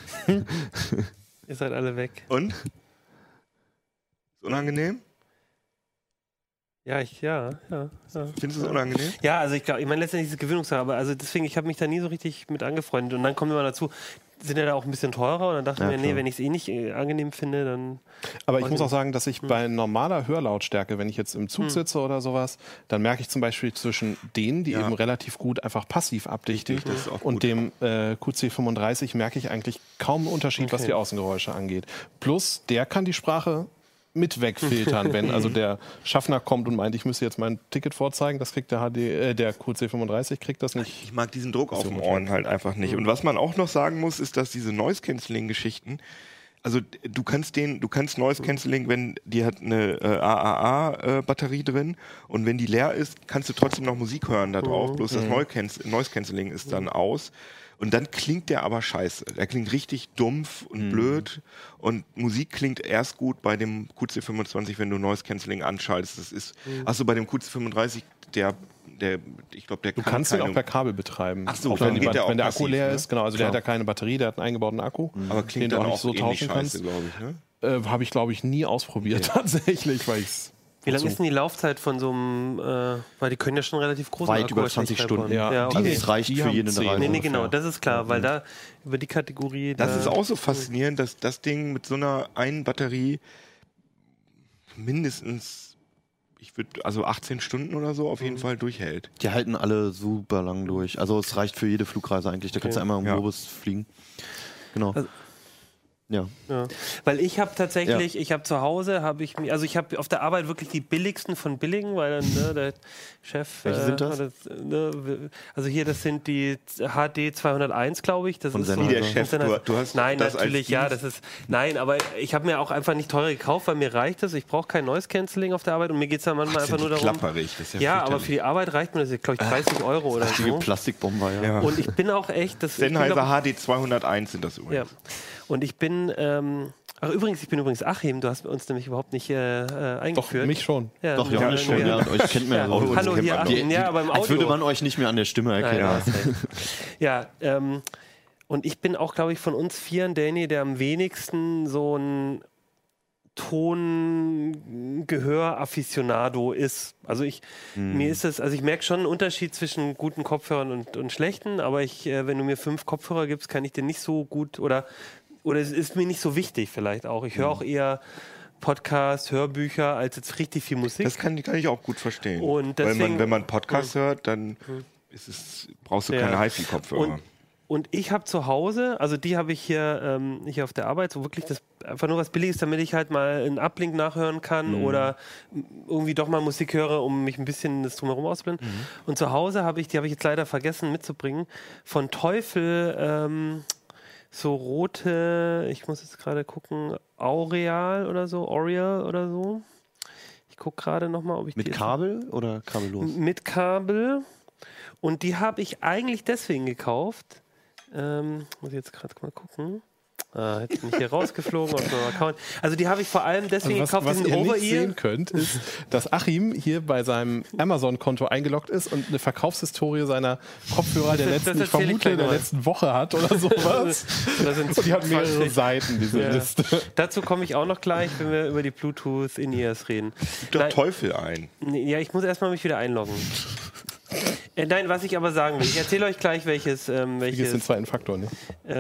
Speaker 4: Ihr seid alle weg.
Speaker 3: Und? Ist unangenehm?
Speaker 4: Ja.
Speaker 3: Findest du es unangenehm?
Speaker 4: Ja, also ich meine letztendlich ist es Gewöhnungssache, aber also deswegen, ich habe mich da nie so richtig mit angefreundet. Und dann kommen wir mal dazu, sind ja da auch ein bisschen teurer und dann dachte ich mir, nee, wenn ich es nicht angenehm finde, dann...
Speaker 5: Aber ich muss auch sagen, dass ich bei normaler Hörlautstärke, wenn ich jetzt im Zug sitze oder sowas, dann merke ich zum Beispiel zwischen denen, die eben relativ gut einfach passiv abdichten, und dem QC35 merke ich eigentlich kaum einen Unterschied, was die Außengeräusche angeht. Plus, der kann die Sprache mit wegfiltern, wenn also der Schaffner kommt und meint, ich müsste jetzt mein Ticket vorzeigen, das kriegt der QC35 kriegt das nicht.
Speaker 3: Ich mag diesen Druck auf den Ohren halt einfach nicht. Und was man auch noch sagen muss, ist, dass diese Noise-Canceling-Geschichten, also du kannst Noise Cancelling, wenn die hat eine AAA-Batterie drin und wenn die leer ist, kannst du trotzdem noch Musik hören da drauf, bloß das Noise Cancelling ist dann aus. Und dann klingt der aber scheiße. Der klingt richtig dumpf und blöd. Und Musik klingt erst gut bei dem QC25, wenn du Noise Cancelling anschaltest. Das ist, achso, bei dem QC35, ich glaube, der
Speaker 5: Du kannst den auch per Kabel betreiben.
Speaker 3: Ach so,
Speaker 5: dann
Speaker 3: geht der auch
Speaker 5: wenn der
Speaker 3: passiv,
Speaker 5: Akku leer
Speaker 3: ne?
Speaker 5: ist, genau. Also der hat ja keine Batterie, der hat einen eingebauten Akku.
Speaker 3: Aber klingt dann auch so
Speaker 5: tauschen
Speaker 3: scheiße, glaube ich, ne?
Speaker 5: Habe ich, glaube ich, nie ausprobiert, tatsächlich, weil ich's.
Speaker 4: Wie lange ist denn die Laufzeit von so einem, weil die können ja schon relativ groß sein.
Speaker 1: Weit über 20 Stunden.
Speaker 5: Ja,
Speaker 1: also es reicht für jede Reise.
Speaker 4: Nee, genau, das ist klar, weil da über die Kategorie...
Speaker 3: Das ist auch so faszinierend, dass das Ding mit so einer einen Batterie mindestens, 18 Stunden oder so auf jeden Fall durchhält.
Speaker 1: Die halten alle super lang durch. Also es reicht für jede Flugreise eigentlich. Da kannst du einmal im Globus fliegen. Genau.
Speaker 4: Also,
Speaker 1: ja.
Speaker 4: Weil ich habe tatsächlich, ich habe zu Hause, ich habe auf der Arbeit wirklich die billigsten von billigen, weil dann der Chef...
Speaker 1: Welche sind das?
Speaker 4: Also hier, das sind die HD 201, glaube ich. Das
Speaker 1: von
Speaker 4: ist so,
Speaker 3: der Chef, du hast
Speaker 4: nein,
Speaker 3: das
Speaker 4: natürlich, das ist... Nein, aber ich habe mir auch einfach nicht teurer gekauft, weil mir reicht das. Ich brauche kein Noise Cancelling auf der Arbeit und mir geht es dann manchmal einfach nur darum...
Speaker 3: Klapperig, das ist
Speaker 4: ja, aber für die Arbeit reicht mir das, glaube ich, 30 Euro oder so.
Speaker 1: Plastikbomber, ja.
Speaker 4: Und ich bin auch echt...
Speaker 3: Sennheiser HD 201 sind das übrigens.
Speaker 4: Ja. Und ich bin... ich bin übrigens Achim, du hast uns nämlich überhaupt nicht eingeführt.
Speaker 5: Doch, mich schon.
Speaker 4: Ja,
Speaker 1: Doch, Johannes schon, ja. Euch kennt man ja auch.
Speaker 4: Hallo, hier Achim. Ja, aber im Audio.
Speaker 1: Als würde man euch nicht mehr an der Stimme erkennen.
Speaker 4: Und ich bin auch, glaube ich, von uns Vieren derjenige, der am wenigsten so ein Ton-Gehör-Afficionado ist. Also mir ist es, also ich merke schon einen Unterschied zwischen guten Kopfhörern und schlechten, aber wenn du mir 5 Kopfhörer gibst, kann ich den nicht so gut oder es ist mir nicht so wichtig vielleicht auch. Ich höre auch eher Podcasts, Hörbücher, als jetzt richtig viel Musik.
Speaker 3: Das kann ich auch gut verstehen.
Speaker 4: Und deswegen,
Speaker 3: wenn man Podcasts hört, dann brauchst du keine HiFi-Kopfhörer.
Speaker 4: Und ich habe zu Hause, also die habe ich hier auf der Arbeit, so wirklich einfach nur was Billiges, damit ich halt mal einen Uplink nachhören kann oder irgendwie doch mal Musik höre, um mich ein bisschen das Drumherum auszublenden. Und zu Hause die habe ich jetzt leider vergessen mitzubringen, von Teufel so rote, ich muss jetzt gerade gucken, Aureal oder so. Ich gucke gerade nochmal, ob ich
Speaker 1: mit Kabel oder kabellos?
Speaker 4: Mit Kabel. Und die habe ich eigentlich deswegen gekauft. Muss ich jetzt gerade mal gucken. Jetzt bin ich hier rausgeflogen aus meinem Account. Also die habe ich vor allem deswegen gekauft,
Speaker 5: was
Speaker 4: diesen
Speaker 5: ihr
Speaker 4: Over-Ear.
Speaker 5: nicht sehen könnt, ist, dass Achim hier bei seinem Amazon-Konto eingeloggt ist und eine Verkaufshistorie seiner Kopfhörer der letzten Woche hat oder sowas. Und die hat mehrere Seiten, diese Liste.
Speaker 4: Dazu komme ich auch noch gleich, wenn wir über die Bluetooth-In-Ears reden.
Speaker 3: Gib doch Teufel ein.
Speaker 4: Ja, ich muss erstmal mich wieder einloggen. Nein, was ich aber sagen will, ich erzähle euch gleich, welches
Speaker 5: den zweiten Faktor, ne?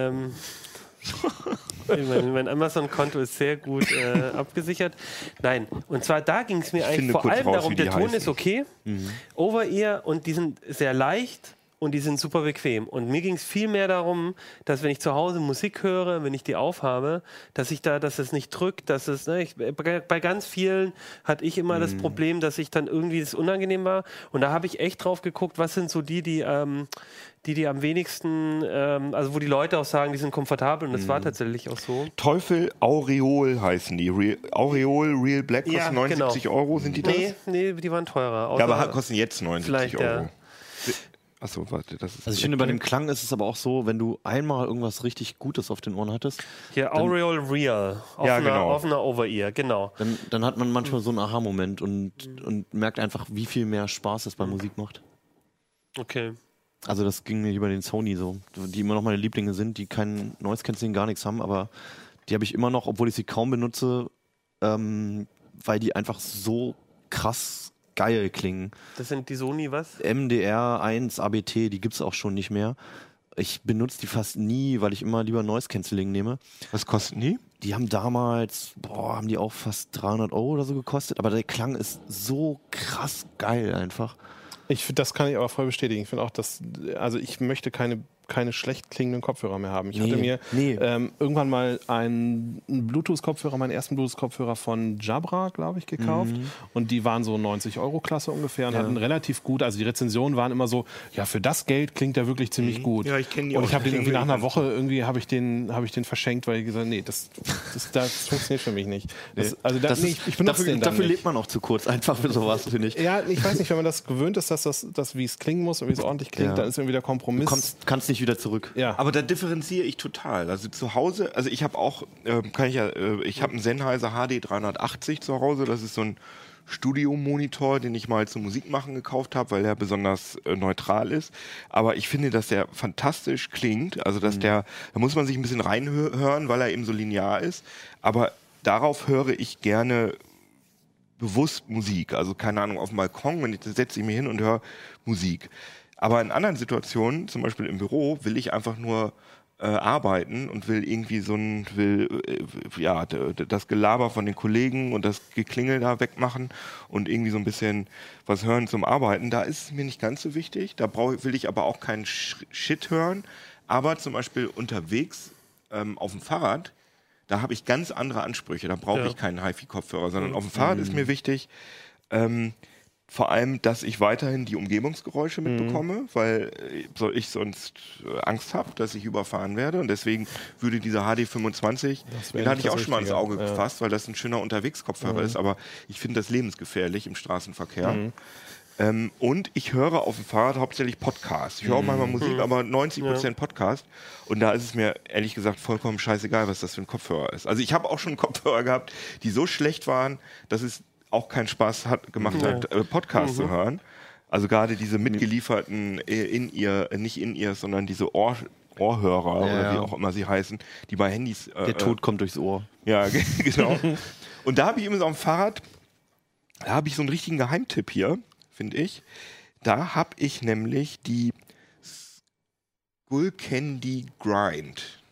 Speaker 4: Mein Amazon-Konto ist sehr gut abgesichert. Nein, und zwar da ging es mir eigentlich vor allem darum, der Ton ist okay, Over-Ear und die sind sehr leicht und die sind super bequem. Und mir ging es viel mehr darum, dass wenn ich zu Hause Musik höre, wenn ich die aufhabe, dass es nicht drückt, dass es, bei ganz vielen hatte ich immer das Problem, dass ich dann irgendwie das unangenehm war. Und da habe ich echt drauf geguckt, was sind so die am wenigsten, also wo die Leute auch sagen, die sind komfortabel und das war tatsächlich auch so.
Speaker 3: Teufel Aureol heißen die. Aureol Real Black kosten 79 Euro, sind die das?
Speaker 4: Nee, die waren teurer.
Speaker 3: Ja, aber kosten jetzt 79 Euro. Achso, warte, das ist.
Speaker 1: Also ich finde, bei dem Klang ist es aber auch so, wenn du einmal irgendwas richtig Gutes auf den Ohren hattest.
Speaker 4: Hier, Aureol Real. Offener Over-Ear, genau.
Speaker 1: Dann hat man manchmal so einen Aha-Moment und merkt einfach, wie viel mehr Spaß es bei Musik macht.
Speaker 4: Okay.
Speaker 1: Also das ging mir über den Sony so, die immer noch meine Lieblinge sind, die kein Noise Cancelling, gar nichts haben, aber die habe ich immer noch, obwohl ich sie kaum benutze, weil die einfach so krass geil klingen.
Speaker 4: Das sind die Sony was?
Speaker 1: MDR1 ABT, die gibt es auch schon nicht mehr. Ich benutze die fast nie, weil ich immer lieber Noise Cancelling nehme.
Speaker 3: Was kosten die?
Speaker 1: Die haben damals, haben die auch fast 300 Euro oder so gekostet, aber der Klang ist so krass geil einfach.
Speaker 5: Das kann ich aber voll bestätigen. Ich finde auch, also ich möchte keine schlecht klingenden Kopfhörer mehr haben. Ich hatte mir irgendwann mal einen Bluetooth-Kopfhörer, meinen ersten Bluetooth-Kopfhörer von Jabra, glaube ich, gekauft. Und die waren so 90-Euro-Klasse ungefähr und hatten relativ gut, also die Rezensionen waren immer so, ja, für das Geld klingt der wirklich ziemlich gut.
Speaker 3: Ja, ich kenne die
Speaker 5: und ich
Speaker 3: auch.
Speaker 5: habe den irgendwie nach einer Woche habe ich den verschenkt, weil ich gesagt habe, nee, das funktioniert für mich nicht. Ich benutze den dann
Speaker 1: dafür
Speaker 5: nicht.
Speaker 1: lebt man auch zu kurz, einfach für sowas, finde ich.
Speaker 5: Ja, ich weiß nicht, wenn man das gewöhnt ist, dass das wie es klingen muss und wie es ordentlich klingt, dann ist irgendwie der Kompromiss.
Speaker 1: Du kannst nicht wieder zurück.
Speaker 5: Ja.
Speaker 3: Aber da differenziere ich total. Also zu Hause, also ich habe auch, ich habe einen Sennheiser HD 380 zu Hause. Das ist so ein Studio-Monitor, den ich mal zum Musikmachen gekauft habe, weil der besonders neutral ist. Aber ich finde, dass der fantastisch klingt. Also dass da muss man sich ein bisschen reinhören, weil er eben so linear ist. Aber darauf höre ich gerne bewusst Musik. Also keine Ahnung, auf dem Balkon, setze ich mich hin und höre Musik. Aber in anderen Situationen, zum Beispiel im Büro, will ich einfach nur arbeiten und will irgendwie das Gelaber von den Kollegen und das Geklingel da wegmachen und irgendwie so ein bisschen was hören zum Arbeiten. Da ist es mir nicht ganz so wichtig. Da will ich aber auch keinen Shit hören. Aber zum Beispiel unterwegs auf dem Fahrrad, da habe ich ganz andere Ansprüche. Da brauche ich keinen HiFi-Kopfhörer, sondern auf dem Fahrrad ist mir wichtig, vor allem, dass ich weiterhin die Umgebungsgeräusche mitbekomme, weil ich sonst Angst habe, dass ich überfahren werde. Und deswegen würde dieser HD25, den hatte ich auch schon mal ins Auge gefasst, weil das ein schöner Unterwegskopfhörer ist. Aber ich finde das lebensgefährlich im Straßenverkehr. Und ich höre auf dem Fahrrad hauptsächlich Podcasts. Ich höre auch manchmal Musik, aber 90% Podcast. Und da ist es mir ehrlich gesagt vollkommen scheißegal, was das für ein Kopfhörer ist. Also ich habe auch schon Kopfhörer gehabt, die so schlecht waren, dass es auch keinen Spaß gemacht hat, Podcasts zu hören. Also gerade diese mitgelieferten nicht In-Ears, sondern diese Ohrhörer oder wie auch immer sie heißen, die bei Handys...
Speaker 1: Der Tod kommt durchs Ohr.
Speaker 3: Ja, genau. Und da habe ich immer so am Fahrrad, da habe ich so einen richtigen Geheimtipp hier, finde ich. Da habe ich nämlich die Skullcandy Grind.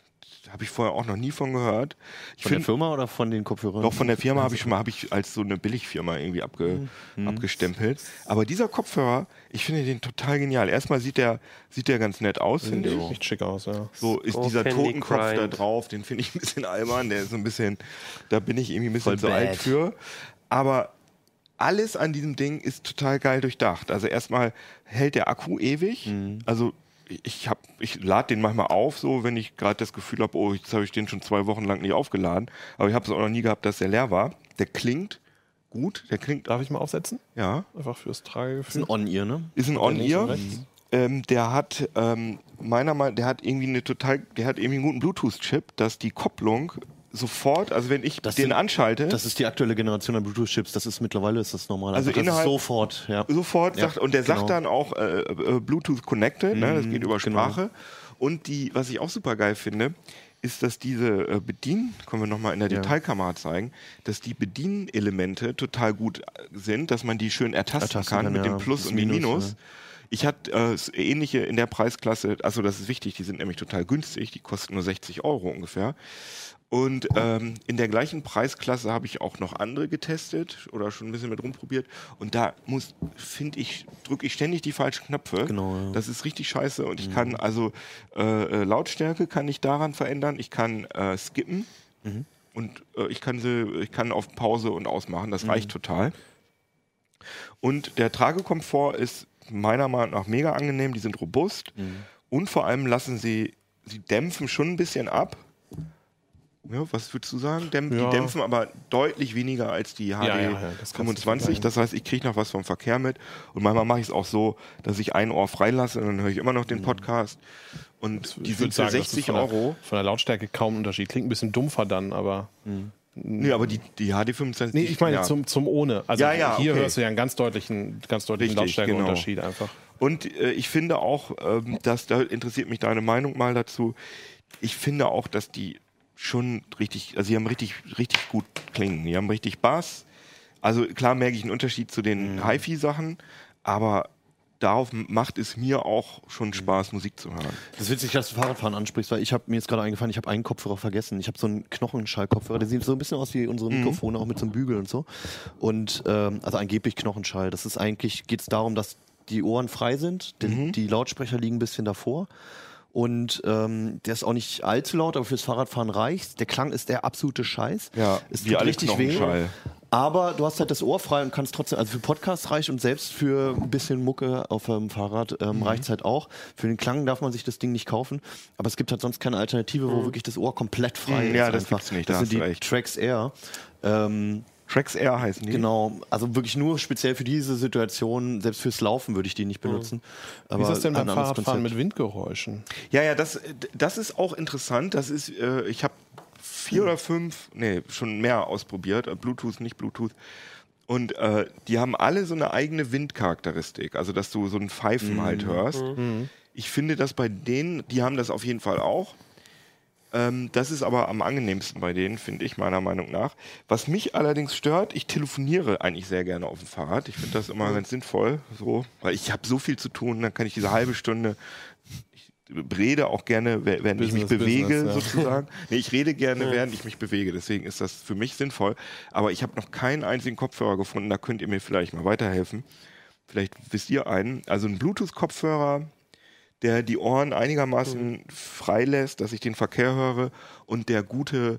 Speaker 3: habe ich vorher auch noch nie von gehört.
Speaker 1: Von der Firma oder von den Kopfhörern?
Speaker 3: Doch, von der Firma habe ich als so eine Billigfirma irgendwie abgestempelt. Aber dieser Kopfhörer, ich finde den total genial. Erstmal sieht der ganz nett aus, finde ich.
Speaker 5: Sieht schick aus, ja.
Speaker 3: So ist dieser Totenkopf da drauf, den finde ich ein bisschen albern. Der ist so ein bisschen, da bin ich irgendwie ein bisschen zu alt für. Aber alles an diesem Ding ist total geil durchdacht. Also erstmal hält der Akku ewig. Also ich lade den manchmal auf, so wenn ich gerade das Gefühl habe, oh, jetzt habe ich den schon 2 Wochen lang nicht aufgeladen. Aber ich habe es auch noch nie gehabt, dass der leer war. Der klingt gut.
Speaker 5: Darf ich mal aufsetzen?
Speaker 3: Ja.
Speaker 5: Einfach fürs Tragegefühl.
Speaker 1: Ist ein On-Ear, ne?
Speaker 3: Ist ein On-Ear. Der hat der hat irgendwie einen guten Bluetooth-Chip, dass die Kopplung sofort, also wenn ich den anschalte.
Speaker 1: Das ist die aktuelle Generation an Bluetooth-Chips, mittlerweile ist das normal.
Speaker 3: Also
Speaker 1: innerhalb
Speaker 3: sofort,
Speaker 1: ja.
Speaker 3: Sagt, und der sagt dann auch Bluetooth Connected, ne, das geht über Sprache.
Speaker 1: Genau.
Speaker 3: Und was ich auch super geil finde, ist, dass diese können wir nochmal in der Detailkamera zeigen, dass die Bedienelemente total gut sind, dass man die schön ertasten kann mit dem Plus und dem Minus. Ja. Ich hatte ähnliche in der Preisklasse, also das ist wichtig, die sind nämlich total günstig, die kosten nur 60 € ungefähr. Und in der gleichen Preisklasse habe ich auch noch andere getestet oder schon ein bisschen mit rumprobiert. Und da drücke ich ständig die falschen Knöpfe.
Speaker 1: Genau, ja.
Speaker 3: Das ist richtig scheiße. Und ich kann Lautstärke kann ich daran verändern. Ich kann skippen und ich kann auf Pause und ausmachen. Das reicht total. Und der Tragekomfort ist meiner Meinung nach mega angenehm. Die sind robust und vor allem sie dämpfen schon ein bisschen ab. Ja, was würdest du sagen? Die dämpfen aber deutlich weniger als die HD 25. Das heißt, ich kriege noch was vom Verkehr mit. Und manchmal mache ich es auch so, dass ich ein Ohr freilasse und dann höre ich immer noch den Podcast. Und die sind für 60 €.
Speaker 5: Von der Lautstärke kaum ein Unterschied. Klingt ein bisschen dumpfer dann, aber...
Speaker 3: Nee, aber die HD 25...
Speaker 5: Nee, ich meine zum ohne. Also hier hörst du ja einen ganz deutlichen Lautstärkeunterschied einfach.
Speaker 3: Und ich finde auch, da interessiert mich deine Meinung mal dazu, ich finde auch, dass die schon richtig, also die haben richtig gut klingen. Die haben richtig Bass. Also klar merke ich einen Unterschied zu den Hi-Fi-Sachen, aber darauf macht es mir auch schon Spaß, Musik zu hören.
Speaker 1: Das ist witzig, dass du Fahrradfahren ansprichst, weil mir jetzt gerade eingefallen, ich habe einen Kopfhörer vergessen. Ich habe so einen Knochenschall-Kopfhörer, der sieht so ein bisschen aus wie unsere Mikrofone, auch mit so einem Bügel und so. Und also angeblich Knochenschall. Das ist eigentlich, geht es darum, dass die Ohren frei sind, die Lautsprecher liegen ein bisschen davor. Und der ist auch nicht allzu laut, aber fürs Fahrradfahren reicht. Der Klang ist der absolute Scheiß.
Speaker 3: Ja,
Speaker 1: es
Speaker 3: wie
Speaker 1: tut
Speaker 3: alle
Speaker 1: richtig weh. Aber du hast halt das Ohr frei und kannst trotzdem, also für Podcasts reicht und selbst für ein bisschen Mucke auf dem Fahrrad reicht es halt auch. Für den Klang darf man sich das Ding nicht kaufen, aber es gibt halt sonst keine Alternative, wo wirklich das Ohr komplett frei ist.
Speaker 3: Ja, das gibt's nicht,
Speaker 1: das sind die Trax Air.
Speaker 3: Trax Air heißen die?
Speaker 1: Genau, also wirklich nur speziell für diese Situation, selbst fürs Laufen würde ich die nicht benutzen. Aber
Speaker 5: wie ist das denn beim Fahrradfahren mit Windgeräuschen?
Speaker 3: Ja, das ist auch interessant. Das ist, ich habe 4 oder 5, schon mehr ausprobiert, Bluetooth, nicht Bluetooth. Und die haben alle so eine eigene Windcharakteristik, also dass du so ein Pfeifen halt hörst. Ich finde das bei denen, die haben das auf jeden Fall auch. Das ist aber am angenehmsten bei denen, finde ich, meiner Meinung nach. Was mich allerdings stört, ich telefoniere eigentlich sehr gerne auf dem Fahrrad. Ich finde das immer ganz sinnvoll, so, weil ich habe so viel zu tun, dann kann ich diese halbe Stunde, ich rede auch gerne, während ich mich bewege, sozusagen. Nee, ich rede gerne, während ich mich bewege, deswegen ist das für mich sinnvoll. Aber ich habe noch keinen einzigen Kopfhörer gefunden, da könnt ihr mir vielleicht mal weiterhelfen. Vielleicht wisst ihr einen. Also ein Bluetooth-Kopfhörer, der die Ohren einigermaßen frei lässt, dass ich den Verkehr höre und der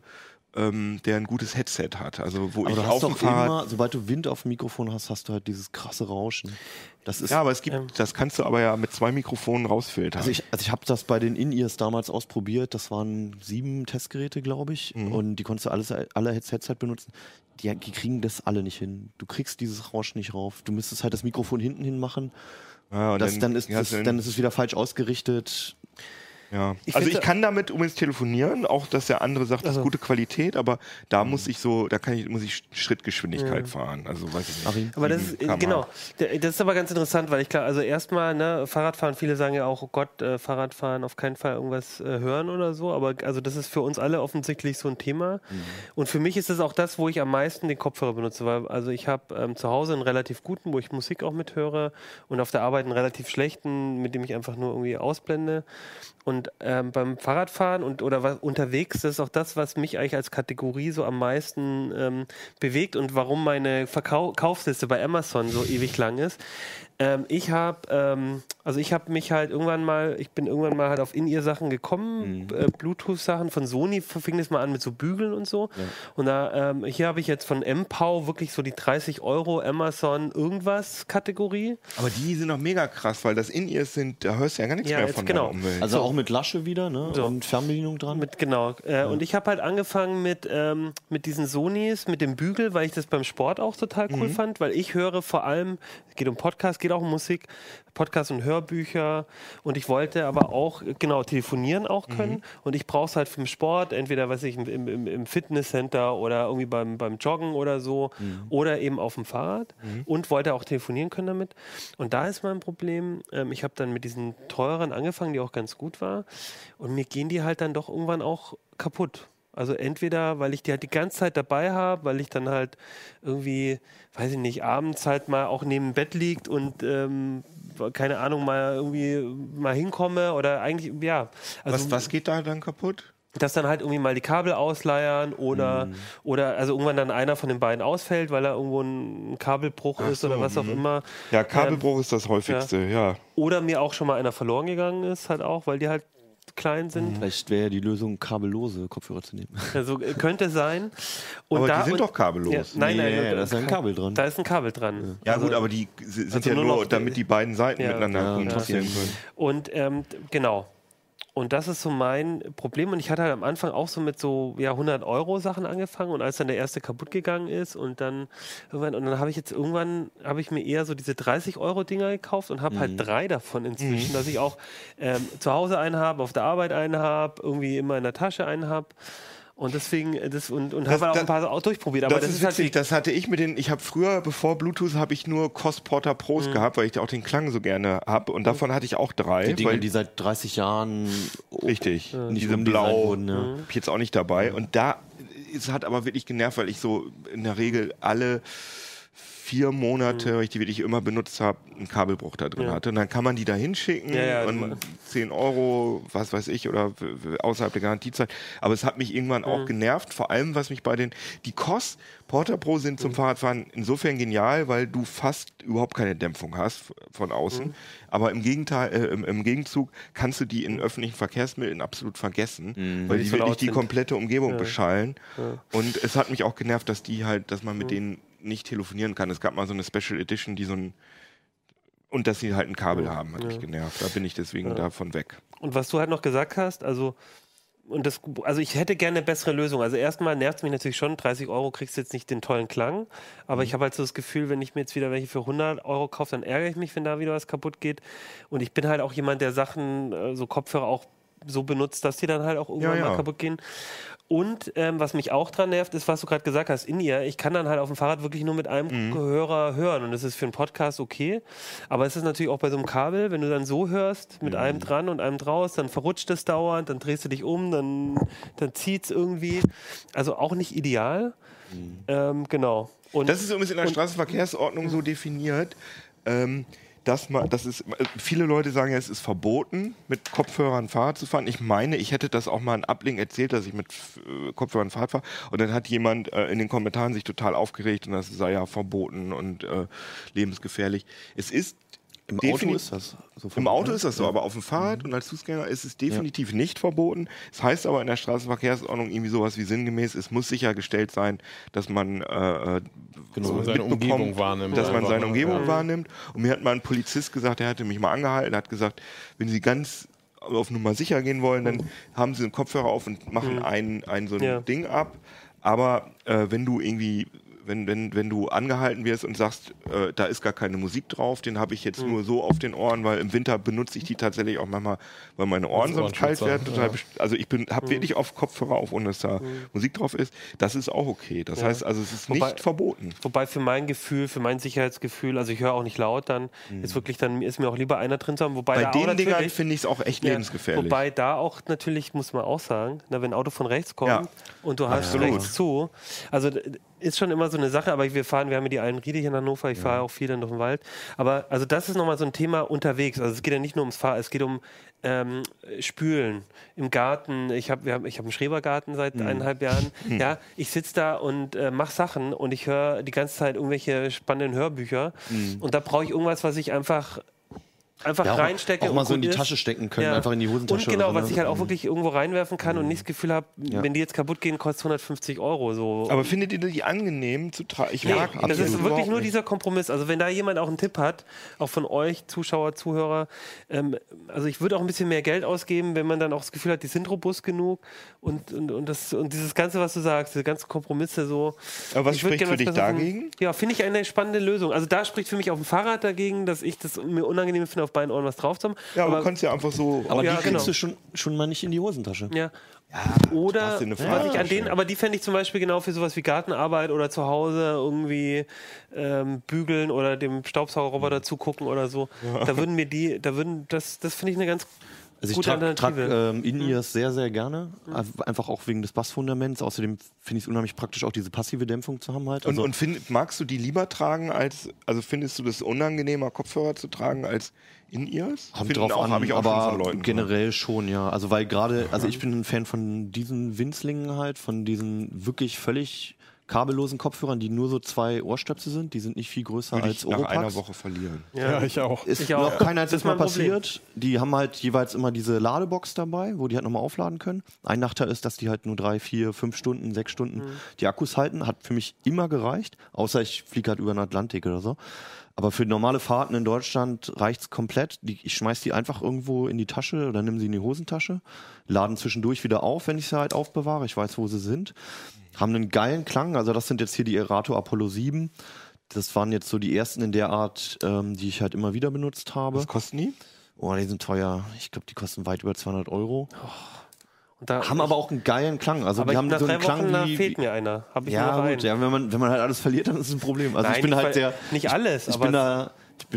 Speaker 3: ein gutes Headset hat. Also wo
Speaker 1: aber
Speaker 3: ich
Speaker 1: du
Speaker 3: auf
Speaker 1: hast
Speaker 3: dem
Speaker 1: doch
Speaker 3: Fahrrad
Speaker 1: immer, sobald du Wind auf dem Mikrofon hast, hast du halt dieses krasse Rauschen. Das ist,
Speaker 3: ja, aber das kannst du aber ja mit 2 Mikrofonen rausfiltern.
Speaker 1: Also ich habe das bei den In-Ears damals ausprobiert. Das waren 7 Testgeräte, glaube ich. Und die konntest du alle Headsets halt benutzen. Die kriegen das alle nicht hin. Du kriegst dieses Rauschen nicht rauf. Du müsstest halt das Mikrofon hinten hin machen. Ja, und dann ist es wieder falsch ausgerichtet.
Speaker 3: Ja. Ich kann damit übrigens telefonieren, auch dass der andere sagt, das ist gute Qualität, aber da muss ich Schrittgeschwindigkeit fahren. Also weiß ich nicht.
Speaker 4: Aber das ist, genau, das ist aber ganz interessant, weil also erstmal, Fahrradfahren, viele sagen ja auch, oh Gott, Fahrradfahren, auf keinen Fall irgendwas hören oder so, aber also das ist für uns alle offensichtlich so ein Thema. Und für mich ist es auch das, wo ich am meisten den Kopfhörer benutze, weil also ich habe zu Hause einen relativ guten, wo ich Musik auch mithöre und auf der Arbeit einen relativ schlechten, mit dem ich einfach nur irgendwie ausblende. Und Und beim Fahrradfahren oder unterwegs, das ist auch das, was mich eigentlich als Kategorie so am meisten bewegt und warum meine Kaufliste bei Amazon so ewig lang ist. Ich bin irgendwann mal halt auf In-Ear-Sachen gekommen, Bluetooth-Sachen von Sony, fing das mal an mit so Bügeln und so. Ja. Und da, hier habe ich jetzt von MPOW wirklich so die 30 € Amazon irgendwas Kategorie.
Speaker 3: Aber die sind noch mega krass, weil das In-Ears sind, da hörst du ja gar nichts mehr von der Umwelt.
Speaker 1: Also auch mit Lasche wieder, ne? So. Und Fernbedienung dran?
Speaker 4: Und ich habe halt angefangen mit diesen Sonys, mit dem Bügel, weil ich das beim Sport auch total cool fand, weil ich höre vor allem, es geht um Podcast, geht auch um Musik, Podcasts und Hörbücher und ich wollte aber auch, telefonieren auch können und ich brauche es halt für den Sport, entweder, im Fitnesscenter oder irgendwie beim Joggen oder so oder eben auf dem Fahrrad und wollte auch telefonieren können damit und da ist mein Problem, ich habe dann mit diesen teureren angefangen, die auch ganz gut war und mir gehen die halt dann doch irgendwann auch kaputt. Also entweder, weil ich die halt die ganze Zeit dabei habe, weil ich dann halt irgendwie, weiß ich nicht, abends halt mal auch neben dem Bett liegt und keine Ahnung, mal hinkomme oder eigentlich, ja. Also,
Speaker 3: was geht da dann kaputt?
Speaker 4: Dass dann halt irgendwie mal die Kabel ausleiern oder also irgendwann dann einer von den beiden ausfällt, weil er irgendwo ein Kabelbruch ist oder was auch immer.
Speaker 3: Ja, Kabelbruch ist das häufigste, ja.
Speaker 4: Oder mir auch schon mal einer verloren gegangen ist, halt auch, weil die halt klein sind.
Speaker 1: Vielleicht wäre ja die Lösung, kabellose Kopfhörer zu nehmen.
Speaker 4: Also könnte sein. Und
Speaker 3: aber die sind doch kabellos.
Speaker 4: Ja, nein,
Speaker 1: da ist ein Kabel dran.
Speaker 4: Da ist ein Kabel dran.
Speaker 3: Ja, gut, aber die sind ja nur, damit die beiden Seiten miteinander kommunizieren können.
Speaker 4: Und genau. Und das ist so mein Problem. Und ich hatte halt am Anfang auch so mit 100 € Sachen angefangen. Und als dann der erste kaputt gegangen ist und dann habe ich mir eher so diese 30 € Dinger gekauft und habe halt 3 davon inzwischen, dass ich auch zu Hause einen habe, auf der Arbeit einen habe, irgendwie immer in der Tasche einen habe. Und deswegen, und habe auch ein paar auch durchprobiert. Aber
Speaker 3: das ist witzig, halt das hatte ich ich habe früher, bevor Bluetooth, habe ich nur Cos-Porter Pros gehabt, weil ich auch den Klang so gerne habe. Und davon hatte ich auch 3.
Speaker 1: Die Dinge, die seit 30 Jahren
Speaker 3: richtig,
Speaker 1: nicht
Speaker 3: diese blau,
Speaker 1: wurden,
Speaker 3: hab ich jetzt auch nicht dabei. Und da, es hat aber wirklich genervt, weil ich so in der Regel alle 4 Monate, weil ich die wirklich immer benutzt habe, einen Kabelbruch da drin hatte. Und dann kann man die da hinschicken und 10 €, was weiß ich, oder außerhalb der Garantiezeit. Aber es hat mich irgendwann auch genervt, vor allem was mich die Cos Porter Pro sind zum Fahrradfahren insofern genial, weil du fast überhaupt keine Dämpfung hast von außen. Aber im Gegenteil, im Gegenzug kannst du die in öffentlichen Verkehrsmitteln absolut vergessen, weil die wirklich die komplette Umgebung beschallen. Und es hat mich auch genervt, dass man mit denen nicht telefonieren kann. Es gab mal so eine Special Edition, und dass sie halt ein Kabel haben, hat mich genervt. Da bin ich deswegen davon weg.
Speaker 4: Und was du halt noch gesagt hast, also ich hätte gerne eine bessere Lösung. Also erstmal nervt es mich natürlich schon, 30 € kriegst du jetzt nicht den tollen Klang, aber ich habe halt so das Gefühl, wenn ich mir jetzt wieder welche für 100 € kaufe, dann ärgere ich mich, wenn da wieder was kaputt geht. Und ich bin halt auch jemand, der Sachen, so Kopfhörer auch so benutzt, dass die dann halt auch irgendwann mal kaputt gehen. Und was mich auch dran nervt, ist, was du gerade gesagt hast, In-Ear. Ich kann dann halt auf dem Fahrrad wirklich nur mit einem Hörer hören und das ist für einen Podcast okay. Aber es ist natürlich auch bei so einem Kabel, wenn du dann so hörst, mit einem dran und einem draus, dann verrutscht es dauernd, dann drehst du dich um, dann zieht es irgendwie. Also auch nicht ideal. Genau. Und
Speaker 3: das ist übrigens in der Straßenverkehrsordnung so definiert, viele Leute sagen ja, es ist verboten, mit Kopfhörern Fahrrad zu fahren. Ich meine, ich hätte das auch mal in Ablink erzählt, dass ich mit Kopfhörern Fahrrad fahre. Und dann hat jemand in den Kommentaren sich total aufgeregt und das sei ja verboten und lebensgefährlich. Es ist
Speaker 1: Im Auto ist das so.
Speaker 3: Im Auto ist das so, aber auf dem Fahrrad und als Fußgänger ist es definitiv nicht verboten. Es heißt aber in der Straßenverkehrsordnung irgendwie sowas wie sinngemäß, es muss sichergestellt sein, dass man
Speaker 5: seine Umgebung wahrnimmt.
Speaker 3: Dass man seine Umgebung wahrnimmt. Und mir hat mal ein Polizist gesagt, der hatte mich mal angehalten, hat gesagt, wenn Sie ganz auf Nummer sicher gehen wollen, dann haben Sie einen Kopfhörer auf und machen ein Ding ab. Aber wenn du irgendwie wenn du angehalten wirst und sagst, da ist gar keine Musik drauf, den habe ich jetzt nur so auf den Ohren, weil im Winter benutze ich die tatsächlich auch manchmal, weil meine Ohren sonst kalt werden. Also ich habe wirklich auf Kopfhörer auf, ohne dass da Musik drauf ist. Das ist auch okay. Das heißt, also es ist nicht verboten.
Speaker 4: Wobei für mein Sicherheitsgefühl, also ich höre auch nicht laut, dann ist wirklich, dann ist mir auch lieber einer drin zu haben. Wobei
Speaker 3: bei den Dingern finde ich es auch echt lebensgefährlich.
Speaker 4: Wobei da auch natürlich, muss man auch sagen, wenn ein Auto von rechts kommt und du hast rechts zu, also ist schon immer so eine Sache, aber wir haben ja die Eilenriede hier in Hannover, ich fahre auch viel dann durch den Wald. Aber also das ist nochmal so ein Thema unterwegs. Also es geht ja nicht nur ums Fahren, es geht um Spülen im Garten. Ich hab einen Schrebergarten seit 1,5 Jahren. Ja, ich sitze da und mache Sachen und ich höre die ganze Zeit irgendwelche spannenden Hörbücher. Und da brauche ich irgendwas, was ich einfach reinstecke.
Speaker 1: Auch mal so in die Tasche stecken können, einfach in die Hosentasche.
Speaker 4: Und genau,
Speaker 1: so,
Speaker 4: was ich halt auch wirklich irgendwo reinwerfen kann und nicht das Gefühl habe, wenn die jetzt kaputt gehen, kostet 150 €. So.
Speaker 3: Aber findet ihr die angenehm zu tragen?
Speaker 4: Das ist wirklich nur dieser Kompromiss. Also wenn da jemand auch einen Tipp hat, auch von euch, Zuschauer, Zuhörer, also ich würde auch ein bisschen mehr Geld ausgeben, wenn man dann auch das Gefühl hat, die sind robust genug und dieses Ganze, was du sagst, diese ganzen Kompromisse so.
Speaker 3: Aber was spricht für dich dagegen?
Speaker 4: Ja, finde ich eine spannende Lösung. Also da spricht für mich auf dem Fahrrad dagegen, dass ich das mir unangenehm finde, auf beiden Ohren was drauf zu haben.
Speaker 3: Ja, aber du kannst ja einfach so...
Speaker 1: Aber die kriegst du schon mal nicht in die Hosentasche.
Speaker 4: Ja. Oder was ich an denen, aber die fände ich zum Beispiel genau für sowas wie Gartenarbeit oder zu Hause irgendwie bügeln oder dem Staubsaugerroboter zugucken oder so. Ja. Da würden mir das finde ich eine ganz gute Alternative.
Speaker 1: Ich trage In-Ears sehr, sehr gerne. Einfach auch wegen des Bassfundaments. Außerdem finde ich es unheimlich praktisch, auch diese passive Dämpfung zu haben halt. Also
Speaker 3: magst du die lieber tragen also findest du das unangenehmer, Kopfhörer zu tragen als In-Ears?
Speaker 1: Kommt drauf an, aber generell schon, ja. Also weil gerade, ich bin ein Fan von diesen Winzlingen halt, von diesen wirklich völlig kabellosen Kopfhörern, die nur so 2 Ohrstöpsel sind. Die sind nicht viel größer als Oropax.
Speaker 3: Nach einer Woche verlieren.
Speaker 5: Ja, ich auch.
Speaker 1: Ist noch kein einziges Mal passiert. Die haben halt jeweils immer diese Ladebox dabei, wo die halt nochmal aufladen können. Ein Nachteil ist, dass die halt nur 3, 4, 5 Stunden, 6 Stunden die Akkus halten. Hat für mich immer gereicht, außer ich fliege halt über den Atlantik oder so. Aber für normale Fahrten in Deutschland reicht's komplett. Ich schmeiß die einfach irgendwo in die Tasche oder nimm sie in die Hosentasche, laden zwischendurch wieder auf, wenn ich sie halt aufbewahre. Ich weiß, wo sie sind. Haben einen geilen Klang. Also das sind jetzt hier die Erato Apollo 7. Das waren jetzt so die ersten in der Art, die ich halt immer wieder benutzt habe.
Speaker 3: Was kosten die?
Speaker 1: Oh, die sind teuer. Ich glaube, die kosten weit über 200 €. Haben aber auch einen geilen Klang. Also
Speaker 4: aber
Speaker 1: die haben
Speaker 4: nach
Speaker 1: so einen
Speaker 4: 3
Speaker 1: Klang
Speaker 4: Wochen fehlt mir einer. Hab ich
Speaker 1: ja,
Speaker 4: nur
Speaker 1: gut, ja, wenn man halt alles verliert, dann ist es ein Problem. Also
Speaker 4: nein,
Speaker 1: ich bin halt der...
Speaker 4: Nicht alles,
Speaker 1: ich bin da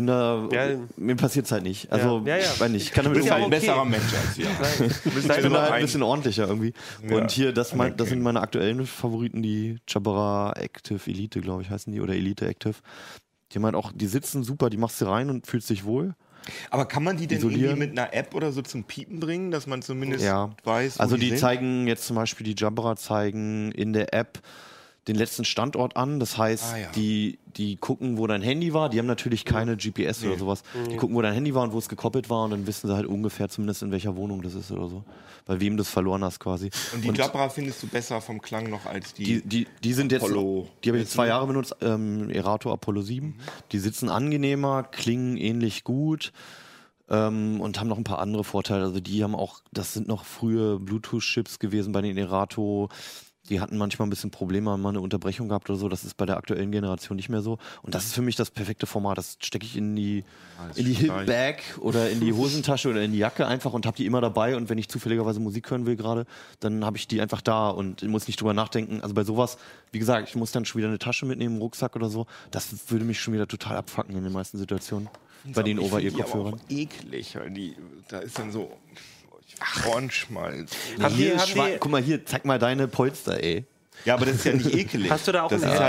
Speaker 1: mir passiert es halt nicht. Also, ich weiß nicht. Ich kann damit
Speaker 3: du bist halt ein besserer Mensch als wir.
Speaker 1: Ich bin halt ein bisschen ordentlicher irgendwie. Ja. Und hier, das sind meine aktuellen Favoriten, die Jabra Active Elite, glaube ich, heißen die, oder Elite Active. Die haben halt auch, die sitzen super, die machst du rein und fühlst dich wohl.
Speaker 3: Aber kann man die denn irgendwie mit einer App oder so zum Piepen bringen, dass man zumindest weiß, wo
Speaker 1: also die
Speaker 3: sind?
Speaker 1: zeigen jetzt zum Beispiel, die Jabra zeigen in der App den letzten Standort an. Das heißt, die gucken, wo dein Handy war. Die haben natürlich keine GPS oder sowas. Die gucken, wo dein Handy war und wo es gekoppelt war und dann wissen sie halt ungefähr zumindest, in welcher Wohnung das ist oder so. Bei wem du es verloren hast quasi.
Speaker 3: Und die Jabra findest du besser vom Klang noch als die
Speaker 1: sind jetzt
Speaker 3: Apollo?
Speaker 1: Die habe ich jetzt 2 Jahre benutzt, Erato Apollo 7. Die sitzen angenehmer, klingen ähnlich gut. Und haben noch ein paar andere Vorteile. Also die haben auch, das sind noch frühe Bluetooth-Chips gewesen bei den Erato. Die hatten manchmal ein bisschen Probleme, haben mal eine Unterbrechung gehabt oder so. Das ist bei der aktuellen Generation nicht mehr so. Und das ist für mich das perfekte Format. Das stecke ich in die Hip-Bag oder in die Hosentasche oder in die Jacke einfach und habe die immer dabei. Und wenn ich zufälligerweise Musik hören will gerade, dann habe ich die einfach da und muss nicht drüber nachdenken. Also bei sowas, wie gesagt, ich muss dann schon wieder eine Tasche mitnehmen, einen Rucksack oder so. Das würde mich schon wieder total abfucken in den meisten Situationen. Bei den Over-Ear-Kopfhörern.
Speaker 3: Eklig. Da ist dann so... Ohrenschmalz.
Speaker 1: Guck mal hier, zeig mal deine Polster, ey.
Speaker 3: Ja, aber das ist ja nicht ekelig.
Speaker 4: Hast du da auch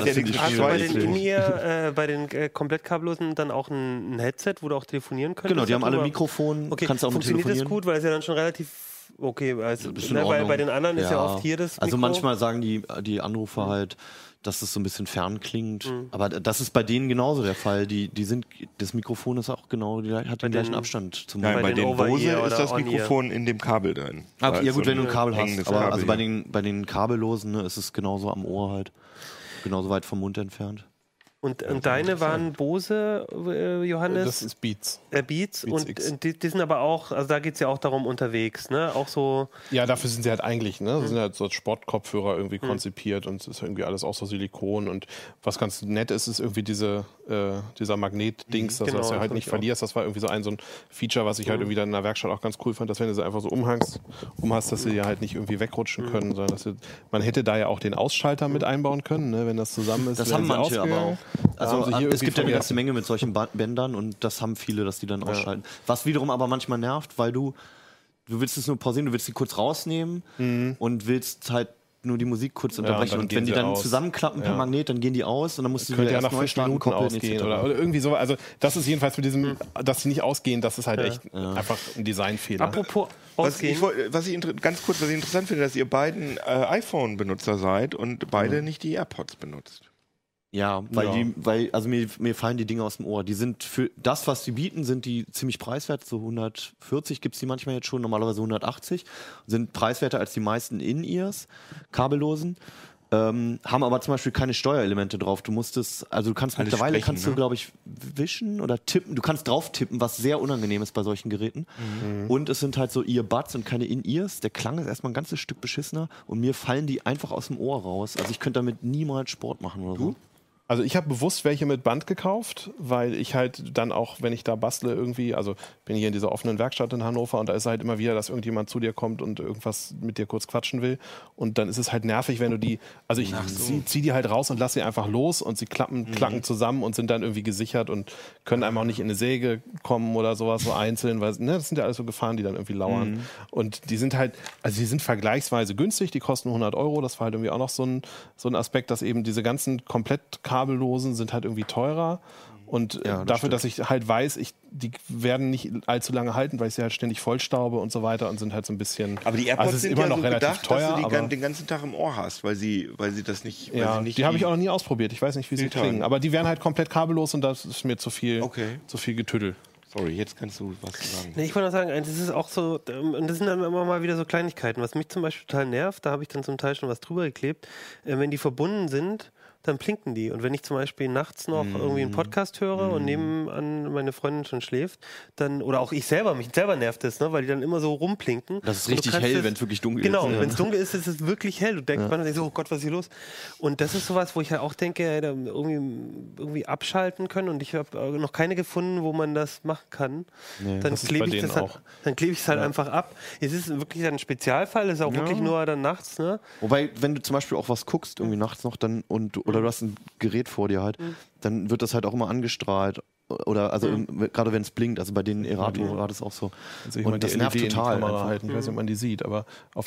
Speaker 4: bei den komplett kabellosen dann auch ein Headset, wo du auch telefonieren könntest?
Speaker 1: Genau, die haben alle Mikrofon.
Speaker 4: Okay,
Speaker 1: kannst auch
Speaker 4: funktioniert das gut, weil es ja dann schon relativ weil bei den anderen ist ja oft hier das Mikro.
Speaker 1: Also manchmal sagen die Anrufer halt, dass es so ein bisschen fern klingt. Aber das ist bei denen genauso der Fall. Das Mikrofon ist auch genau, hat den gleichen Abstand zum
Speaker 3: Nein, bei den Bose ist das Mikrofon in dem Kabel drin.
Speaker 1: Ja gut, wenn du ein Kabel hast. Aber also bei den Kabellosen ist es genauso am Ohr halt. Genauso weit vom Mund entfernt.
Speaker 4: Und deine waren Bose, Johannes?
Speaker 5: Das ist Beats.
Speaker 4: Beats und die sind aber auch, also da geht es ja auch darum unterwegs, ne? Auch so.
Speaker 5: Ja, dafür sind sie halt eigentlich, ne? Das sind halt so Sportkopfhörer irgendwie konzipiert und es ist irgendwie alles auch so Silikon und was ganz nett ist irgendwie dieser Magnet-Dings, dass du das ja halt nicht verlierst. Das war irgendwie so ein Feature, was ich halt irgendwie dann in der Werkstatt auch ganz cool fand, dass wenn du sie einfach so umhast, dass sie ja halt nicht irgendwie wegrutschen können, sondern man hätte da ja auch den Ausschalter mit einbauen können, ne? Wenn das zusammen ist.
Speaker 1: Das haben manche aber auch. Also es gibt ja eine ganze Menge mit solchen Bändern und das haben viele, dass die dann ausschalten. Was wiederum aber manchmal nervt, weil du willst es nur pausieren, du willst die kurz rausnehmen und willst halt nur die Musik kurz unterbrechen. Und wenn die dann zusammenklappen per Magnet, dann gehen die aus und dann musst du wieder
Speaker 5: erst nach 5 Minuten ausgehen oder irgendwie so. Also das ist jedenfalls mit diesem, dass sie nicht ausgehen, das ist halt echt einfach ein Designfehler.
Speaker 4: Apropos
Speaker 3: was ich interessant finde, dass ihr beiden iPhone-Benutzer seid und beide nicht die AirPods benutzt.
Speaker 1: Ja, also mir fallen die Dinge aus dem Ohr. Die sind für das, was sie bieten, sind die ziemlich preiswert. So 140 gibt es die manchmal jetzt schon, normalerweise 180. Sind preiswerter als die meisten In-Ears, kabellosen. Haben aber zum Beispiel keine Steuerelemente drauf. Du kannst mittlerweile, du, glaube ich, wischen oder tippen. Du kannst drauf tippen, was sehr unangenehm ist bei solchen Geräten. Und es sind halt so Earbuds und keine In-Ears. Der Klang ist erstmal ein ganzes Stück beschissener und mir fallen die einfach aus dem Ohr raus. Also ich könnte damit niemals Sport machen oder so.
Speaker 5: Also ich habe bewusst welche mit Band gekauft, weil ich halt dann auch, wenn ich da bastle irgendwie, also bin hier in dieser offenen Werkstatt in Hannover und da ist halt immer wieder, dass irgendjemand zu dir kommt und irgendwas mit dir kurz quatschen will und dann ist es halt nervig, wenn du die, also ich zieh die halt raus und lass sie einfach los und sie klacken zusammen und sind dann irgendwie gesichert und können einem auch nicht in eine Säge kommen oder sowas so einzeln, weil das sind ja alles so Gefahren, die dann irgendwie lauern und die sind halt, also die sind vergleichsweise günstig, die kosten 100 €, das war halt irgendwie auch noch so ein Aspekt, dass eben diese ganzen komplett kabellosen sind halt irgendwie teurer und dafür, dass ich halt weiß, die werden nicht allzu lange halten, weil ich sie halt ständig vollstaube und so weiter und sind halt so ein bisschen.
Speaker 3: Aber die AirPods sind immer noch relativ gedacht,
Speaker 5: teuer,
Speaker 3: dass du die den ganzen Tag im Ohr hast, weil sie das nicht.
Speaker 5: Die habe ich auch noch nie ausprobiert. Ich weiß nicht, wie sie klingen, aber die wären halt komplett kabellos und das ist mir zu viel Getüdel.
Speaker 3: Sorry, jetzt kannst du was sagen.
Speaker 4: Nee, ich wollte noch sagen, das ist auch so, und das sind dann immer mal wieder so Kleinigkeiten. Was mich zum Beispiel total nervt, da habe ich dann zum Teil schon was drüber geklebt, wenn die verbunden sind, dann blinken die. Und wenn ich zum Beispiel nachts noch irgendwie einen Podcast höre und nebenan meine Freundin schon schläft, dann, oder auch mich selber nervt das, ne, weil die dann immer so rumplinken.
Speaker 1: Das ist richtig hell, wenn es wirklich dunkel ist.
Speaker 4: Genau, wenn es dunkel ist, ist es wirklich hell. Du denkst so, oh Gott, was ist hier los? Und das ist sowas, wo ich halt auch denke, da irgendwie abschalten können und ich habe noch keine gefunden, wo man das machen kann. Nee, dann klebe ich es halt einfach ab. Es ist wirklich ein Spezialfall, es ist auch wirklich nur dann nachts. Ne?
Speaker 1: Wobei, wenn du zum Beispiel auch was guckst, irgendwie nachts noch, dann oder du hast ein Gerät vor dir halt, dann wird das halt auch immer angestrahlt. Oder gerade wenn es blinkt, also bei den Erato war das auch so.
Speaker 5: Also und das nervt total. Halten. Ich weiß nicht, ob man die sieht, aber noch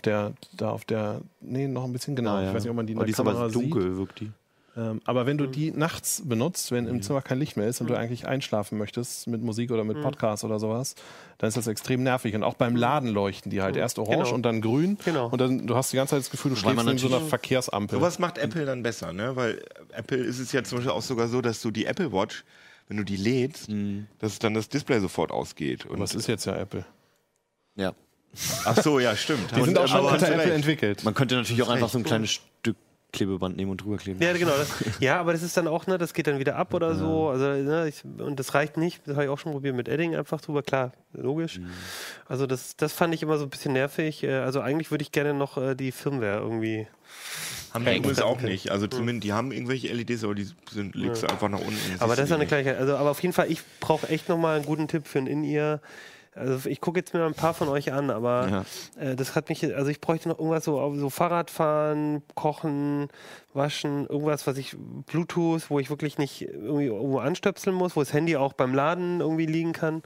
Speaker 5: ein bisschen genau. Ich weiß nicht, ob man die in der Kamera sieht.
Speaker 1: Dunkel wirkt die.
Speaker 5: Aber wenn du die nachts benutzt, wenn im Zimmer kein Licht mehr ist und du eigentlich einschlafen möchtest mit Musik oder mit Podcast oder sowas, dann ist das extrem nervig. Und auch beim Laden leuchten die halt erst orange und dann grün.
Speaker 4: Genau.
Speaker 5: Und dann du hast die ganze Zeit das Gefühl, du schläfst in so einer Verkehrsampel.
Speaker 3: Sowas macht Apple dann besser, ne? Weil Apple ist es ja zum Beispiel auch sogar so, dass du die Apple Watch, wenn du die lädst, dass dann das Display sofort ausgeht.
Speaker 5: Und was ist jetzt ja Apple?
Speaker 1: Ja.
Speaker 3: Ach so, ja, stimmt.
Speaker 5: Die sind auch schon unter Apple entwickelt.
Speaker 1: Man könnte natürlich auch einfach so ein kleines Stück Klebeband nehmen und drüber kleben.
Speaker 4: Ja, genau. Aber das ist dann auch, das geht dann wieder ab oder so. Also, und das reicht nicht. Das habe ich auch schon probiert mit Edding einfach drüber. Klar, logisch. Also das fand ich immer so ein bisschen nervig. Also eigentlich würde ich gerne noch die Firmware irgendwie.
Speaker 3: Haben die übrigens auch nicht. Also zumindest, die haben irgendwelche LEDs, aber die legst du einfach nach unten.
Speaker 4: Aber das ist eine Kleinigkeit. Also, aber auf jeden Fall, ich brauche echt nochmal einen guten Tipp für ein In-Ear. Also ich gucke jetzt mir ein paar von euch an, aber das hat mich, also ich bräuchte noch irgendwas so Fahrradfahren, Kochen, Waschen, irgendwas, was ich Bluetooth, wo ich wirklich nicht irgendwie irgendwo anstöpseln muss, wo das Handy auch beim Laden irgendwie liegen kann.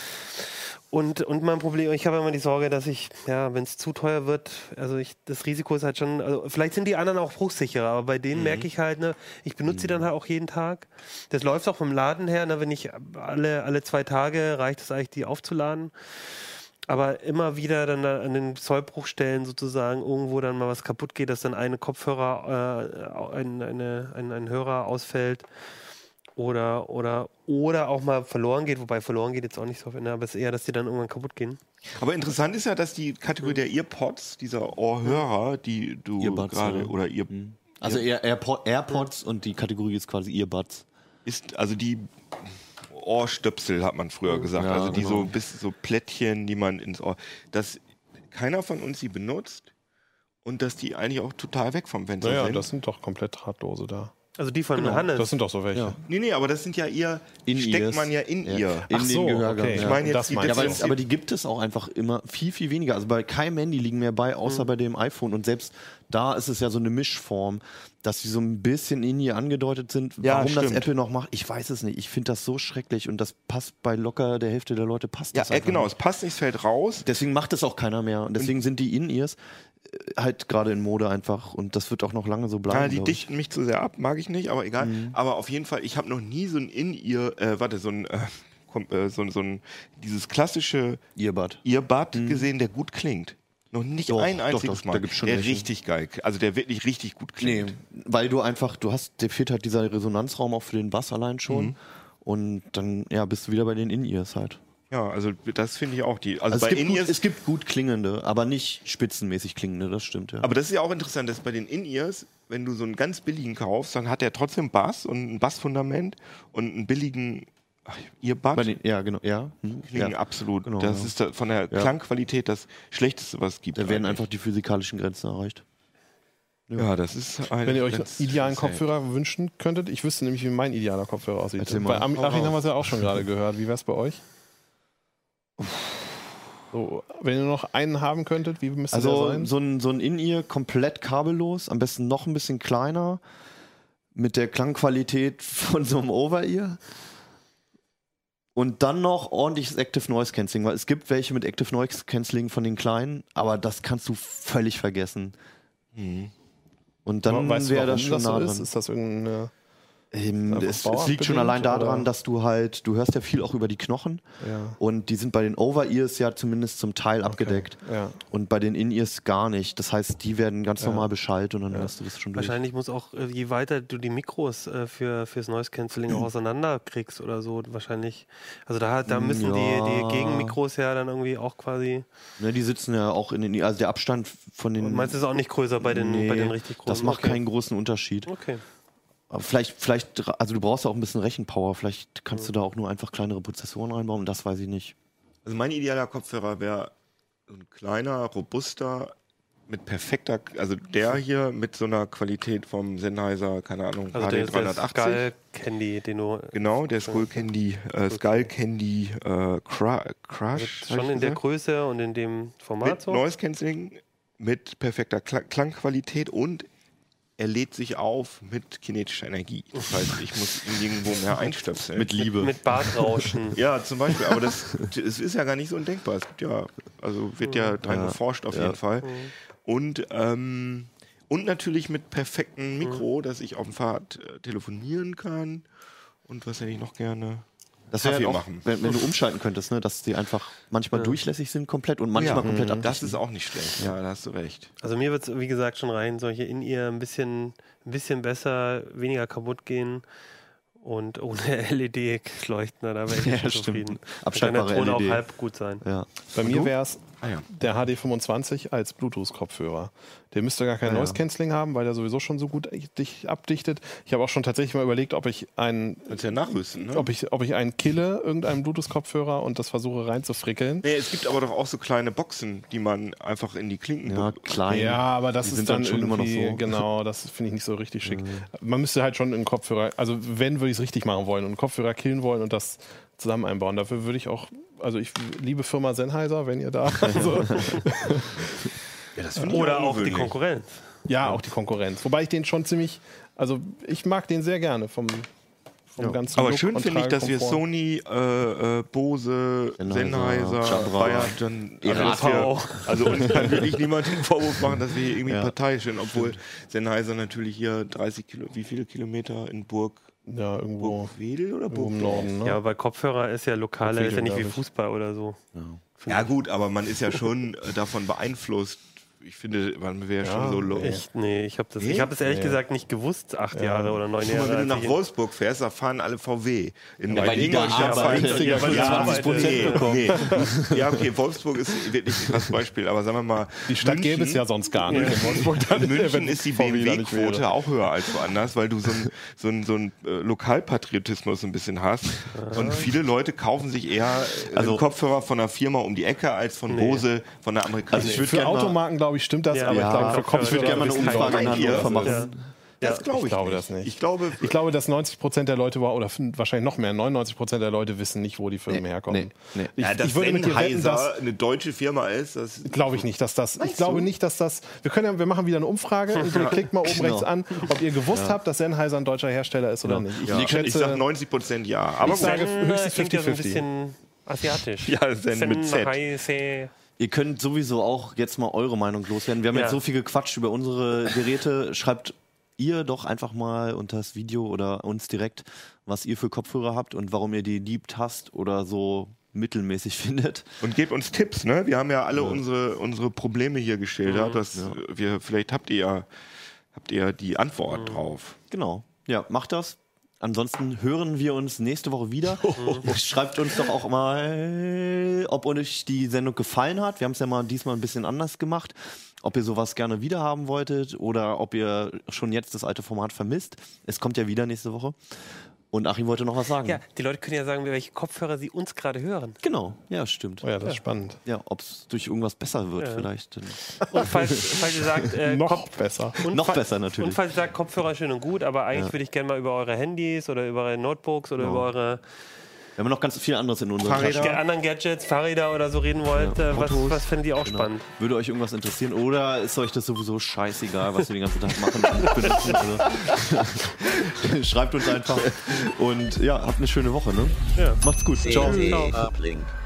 Speaker 4: Und mein Problem, ich habe immer die Sorge, dass wenn es zu teuer wird, also das Risiko ist halt schon, also vielleicht sind die anderen auch bruchsicherer, aber bei denen merke ich halt, ich benutze sie dann halt auch jeden Tag. Das läuft auch vom Laden her, wenn ich alle 2 Tage reicht es eigentlich, die aufzuladen. Aber immer wieder dann an den Sollbruchstellen sozusagen irgendwo dann mal was kaputt geht, dass dann ein Kopfhörer, ein Hörer ausfällt. Oder auch mal verloren geht, wobei verloren geht jetzt auch nicht so oft, aber es ist eher, dass die dann irgendwann kaputt gehen.
Speaker 3: Aber interessant ist ja, dass die Kategorie der Earpods, dieser Ohrhörer, die du gerade, oder
Speaker 1: also AirPods und die Kategorie ist quasi Earbuds.
Speaker 3: Ist also die Ohrstöpsel, hat man früher gesagt, also die so Plättchen, die man ins Ohr, dass keiner von uns sie benutzt und dass die eigentlich auch total weg vom Fenster sind.
Speaker 5: Ja, das sind doch komplett drahtlose da.
Speaker 4: Also die von Hannes.
Speaker 5: Das sind doch so welche. Ja.
Speaker 3: Nee, aber das sind ja steckt man ja in ihr.
Speaker 1: Ach so,
Speaker 3: in den Gehörgang. Okay. Ich meine jetzt
Speaker 1: aber die gibt es auch einfach immer viel, viel weniger. Also bei keinem Handy liegen mehr bei, außer bei dem iPhone. Und selbst da ist es ja so eine Mischform, dass sie so ein bisschen in ihr angedeutet sind. Warum das Apple noch macht, ich weiß es nicht. Ich finde das so schrecklich und das passt bei locker der Hälfte der Leute passt das einfach
Speaker 3: genau,
Speaker 1: nicht.
Speaker 3: Es passt nicht, es fällt raus.
Speaker 1: Deswegen macht es auch keiner mehr und deswegen sind die In-Ears halt gerade in Mode einfach und das wird auch noch lange so bleiben.
Speaker 3: Ja, die dichten mich zu sehr ab, mag ich nicht, aber egal. Aber auf jeden Fall, ich habe noch nie so ein dieses klassische Earbud gesehen, der gut klingt. Noch nicht ein einziges Mal. Der richtig geil, also der wirklich richtig gut klingt.
Speaker 1: Nee, weil dir fehlt halt dieser Resonanzraum auch für den Bass allein schon. Und dann bist du wieder bei den In-Ears halt.
Speaker 3: Ja, also das finde ich auch Also bei
Speaker 1: es gibt gut klingende, aber nicht spitzenmäßig klingende, das stimmt, ja.
Speaker 3: Aber das ist ja auch interessant, dass bei den In-Ears, wenn du so einen ganz billigen kaufst, dann hat der trotzdem Bass und ein Bassfundament und einen billigen Earbud.
Speaker 1: Ja, genau, ja.
Speaker 3: Klingen absolut. Genau, das ist von der Klangqualität das Schlechteste, was es gibt.
Speaker 1: Da werden einfach die physikalischen Grenzen erreicht.
Speaker 3: Ja, das ist
Speaker 5: wenn ihr euch einen idealen Kopfhörer wünschen könntet, ich wüsste nämlich, wie mein idealer Kopfhörer aussieht. Bei Achim haben wir es ja auch schon gerade gehört. Wie wäre es bei euch? So, wenn ihr noch einen haben könntet, wie müsste der sein?
Speaker 1: So ein In-Ear komplett kabellos, am besten noch ein bisschen kleiner, mit der Klangqualität von so einem Over-Ear. Und dann noch ordentliches Active Noise Cancelling, weil es gibt welche mit Active Noise Cancelling von den kleinen, aber das kannst du völlig vergessen. Und dann wäre das schon nah dran.
Speaker 5: Ist das irgendeine...
Speaker 1: Es liegt schon allein daran, dass du hörst ja viel auch über die Knochen und die sind bei den Over-Ears ja zumindest zum Teil abgedeckt und bei den In-Ears gar nicht. Das heißt, die werden ganz normal beschallt und dann hörst du das schon durch.
Speaker 4: Wahrscheinlich muss auch, je weiter du die Mikros fürs Noise Cancelling auch auseinander kriegst oder so, wahrscheinlich, also da müssen die Gegenmikros ja dann irgendwie auch quasi...
Speaker 1: Ne, die sitzen ja auch also der Abstand von den...
Speaker 4: Und meinst du, ist auch nicht größer bei den richtig großen?
Speaker 1: Das macht keinen großen Unterschied.
Speaker 4: Okay.
Speaker 1: Aber vielleicht, also du brauchst ja auch ein bisschen Rechenpower, vielleicht kannst du da auch nur einfach kleinere Prozessoren reinbauen, das weiß ich nicht.
Speaker 3: Also mein idealer Kopfhörer wäre ein kleiner, robuster, mit perfekter, also der hier mit so einer Qualität vom Sennheiser, keine Ahnung,
Speaker 4: also
Speaker 3: HD 380.
Speaker 4: Der Skull Candy, den du...
Speaker 3: Genau, der Skull Candy Crush.
Speaker 4: Schon in der Größe und in dem Format
Speaker 3: mit Noise Cancelling, mit perfekter Klangqualität und er lädt sich auf mit kinetischer Energie. Das heißt, ich muss ihn irgendwo mehr einstöpseln.
Speaker 1: Mit Liebe.
Speaker 4: Mit Bartrauschen.
Speaker 3: Ja, zum Beispiel. Aber es ist ja gar nicht so undenkbar. Es gibt wird ja dran geforscht auf jeden Fall. Und natürlich mit perfektem Mikro, dass ich auf dem Fahrrad telefonieren kann. Und was hätte ich noch gerne?
Speaker 1: Das wäre ja auch, wenn du umschalten könntest, ne, dass die einfach manchmal durchlässig sind komplett und manchmal komplett abdichten.
Speaker 3: Das ist auch nicht schlecht. Ja, da hast du recht.
Speaker 4: Also mir wird es, wie gesagt, schon rein solche In-Ear ein bisschen besser, weniger kaputt gehen und ohne LED-Leuchten, da wäre ich schon zufrieden.
Speaker 1: Abschaltbare
Speaker 4: LED.
Speaker 1: LED.
Speaker 4: Auch halb gut sein.
Speaker 1: Ja.
Speaker 5: Bei mir wäre es der HD25 als Bluetooth-Kopfhörer. Der müsste gar kein Noise Cancelling haben, weil der sowieso schon so gut abdichtet. Ich habe auch schon tatsächlich mal überlegt, ob ich einen
Speaker 3: nachrüsten, ne?
Speaker 5: ob ich einen kille, irgendeinen Bluetooth-Kopfhörer und das versuche reinzufrickeln.
Speaker 3: Nee, es gibt aber doch auch so kleine Boxen, die man einfach in die Klinken
Speaker 1: klein.
Speaker 5: Ja, aber das ist dann
Speaker 1: schon immer noch so.
Speaker 5: Genau, das finde ich nicht so richtig schick. Man müsste halt schon einen Kopfhörer, also wenn, würde ich es richtig machen wollen und einen Kopfhörer killen wollen und das zusammen einbauen. Dafür würde ich auch, also ich liebe Firma Sennheiser, wenn ihr da... Also
Speaker 3: ja, das finde ich
Speaker 4: oder auch die Konkurrenz.
Speaker 5: Ja, auch die Konkurrenz. Wobei ich den schon ziemlich, also ich mag den sehr gerne vom ganzen
Speaker 3: Aber
Speaker 5: Look
Speaker 3: schön finde ich, dass wir
Speaker 5: Komfort.
Speaker 3: Sony, Bose, Sennheiser, Bayern, also uns kann wirklich niemand den Vorwurf machen, dass wir hier irgendwie parteiisch sind, obwohl Sennheiser natürlich hier 30 wie viele Kilometer in
Speaker 5: irgendwo
Speaker 3: Burgwedel oder
Speaker 5: im Norden, ne?
Speaker 4: Ja, aber Kopfhörer ist ja lokale, ist ja nicht wie Fußball oder so.
Speaker 3: Ja gut, aber man ist ja schon davon beeinflusst. Ich finde, man wäre schon so low.
Speaker 4: Ich habe das ehrlich gesagt nicht gewusst, 8 Jahre oder 9 Jahre.
Speaker 3: Wenn du nach Wolfsburg fährst, da fahren alle VW.
Speaker 1: Weil die da günstiger für 20% bekommen.
Speaker 3: Ja, okay, Wolfsburg ist wirklich ein krasses Beispiel, aber sagen wir mal,
Speaker 5: die Stadt gäbe es ja sonst gar nicht.
Speaker 3: In München ist die BMW-Quote auch höher als woanders, weil du so einen Lokalpatriotismus ein bisschen hast. Und viele Leute kaufen sich eher einen Kopfhörer von einer Firma um die Ecke als von Bose, von der amerikanischen.
Speaker 5: Also für Automarken, glaube ich, stimmt das, aber ich glaube, für Kopfhörer...
Speaker 1: Ich würde gerne mal eine Umfrage in Hannover machen.
Speaker 3: Das glaube
Speaker 5: ich glaube das nicht.
Speaker 3: Ich glaube,
Speaker 5: dass 90% der Leute, oder wahrscheinlich noch mehr, 99% der Leute wissen nicht, wo die Firmen herkommen.
Speaker 3: Ich würde mit dir wetten, dass eine deutsche Firma ist.
Speaker 5: Glaube ich nicht, dass das... Ich glaube nicht, dass das... Wir machen wieder eine Umfrage und ihr klickt mal oben rechts an, ob ihr gewusst habt, dass Sennheiser ein deutscher Hersteller ist oder nicht.
Speaker 3: Ich sage 90% ja. Aber
Speaker 5: ich sage höchstens 50-50.
Speaker 4: ein bisschen asiatisch.
Speaker 3: Ja, Zen mit Z.
Speaker 1: Ihr könnt sowieso auch jetzt mal eure Meinung loswerden. Wir haben jetzt so viel gequatscht über unsere Geräte. Schreibt ihr doch einfach mal unter das Video oder uns direkt, was ihr für Kopfhörer habt und warum ihr die liebt, hasst oder so mittelmäßig findet.
Speaker 3: Und gebt uns Tipps, ne? Wir haben ja alle unsere Probleme hier geschildert. Vielleicht habt ihr die Antwort drauf.
Speaker 1: Genau. Ja, macht das. Ansonsten hören wir uns nächste Woche wieder. Schreibt uns doch auch mal, ob euch die Sendung gefallen hat. Wir haben es ja diesmal ein bisschen anders gemacht. Ob ihr sowas gerne wieder haben wolltet oder ob ihr schon jetzt das alte Format vermisst. Es kommt ja wieder nächste Woche. Und Achim wollte noch was sagen.
Speaker 4: Ja, die Leute können ja sagen, welche Kopfhörer sie uns gerade hören.
Speaker 1: Genau, ja, stimmt.
Speaker 5: Oh ja, das ist spannend.
Speaker 1: Ja, ob es durch irgendwas besser wird vielleicht.
Speaker 4: Und falls ihr sagt...
Speaker 5: noch besser.
Speaker 1: Noch besser natürlich.
Speaker 4: Und falls ihr sagt, Kopfhörer schön und gut, aber eigentlich würde ich gerne mal über eure Handys oder über eure Notebooks oder über eure...
Speaker 1: Wir haben noch ganz viel anderes in unseren Taschen.
Speaker 4: Anderen Gadgets, Fahrräder oder so reden wollt, was fändet ihr auch spannend?
Speaker 1: Würde euch irgendwas interessieren oder ist euch das sowieso scheißegal, was wir den ganzen Tag machen und benutzen? Oder? Schreibt uns einfach und ja, habt eine schöne Woche. Ne?
Speaker 4: Ja.
Speaker 1: Macht's gut. Ciao.
Speaker 2: Uplink.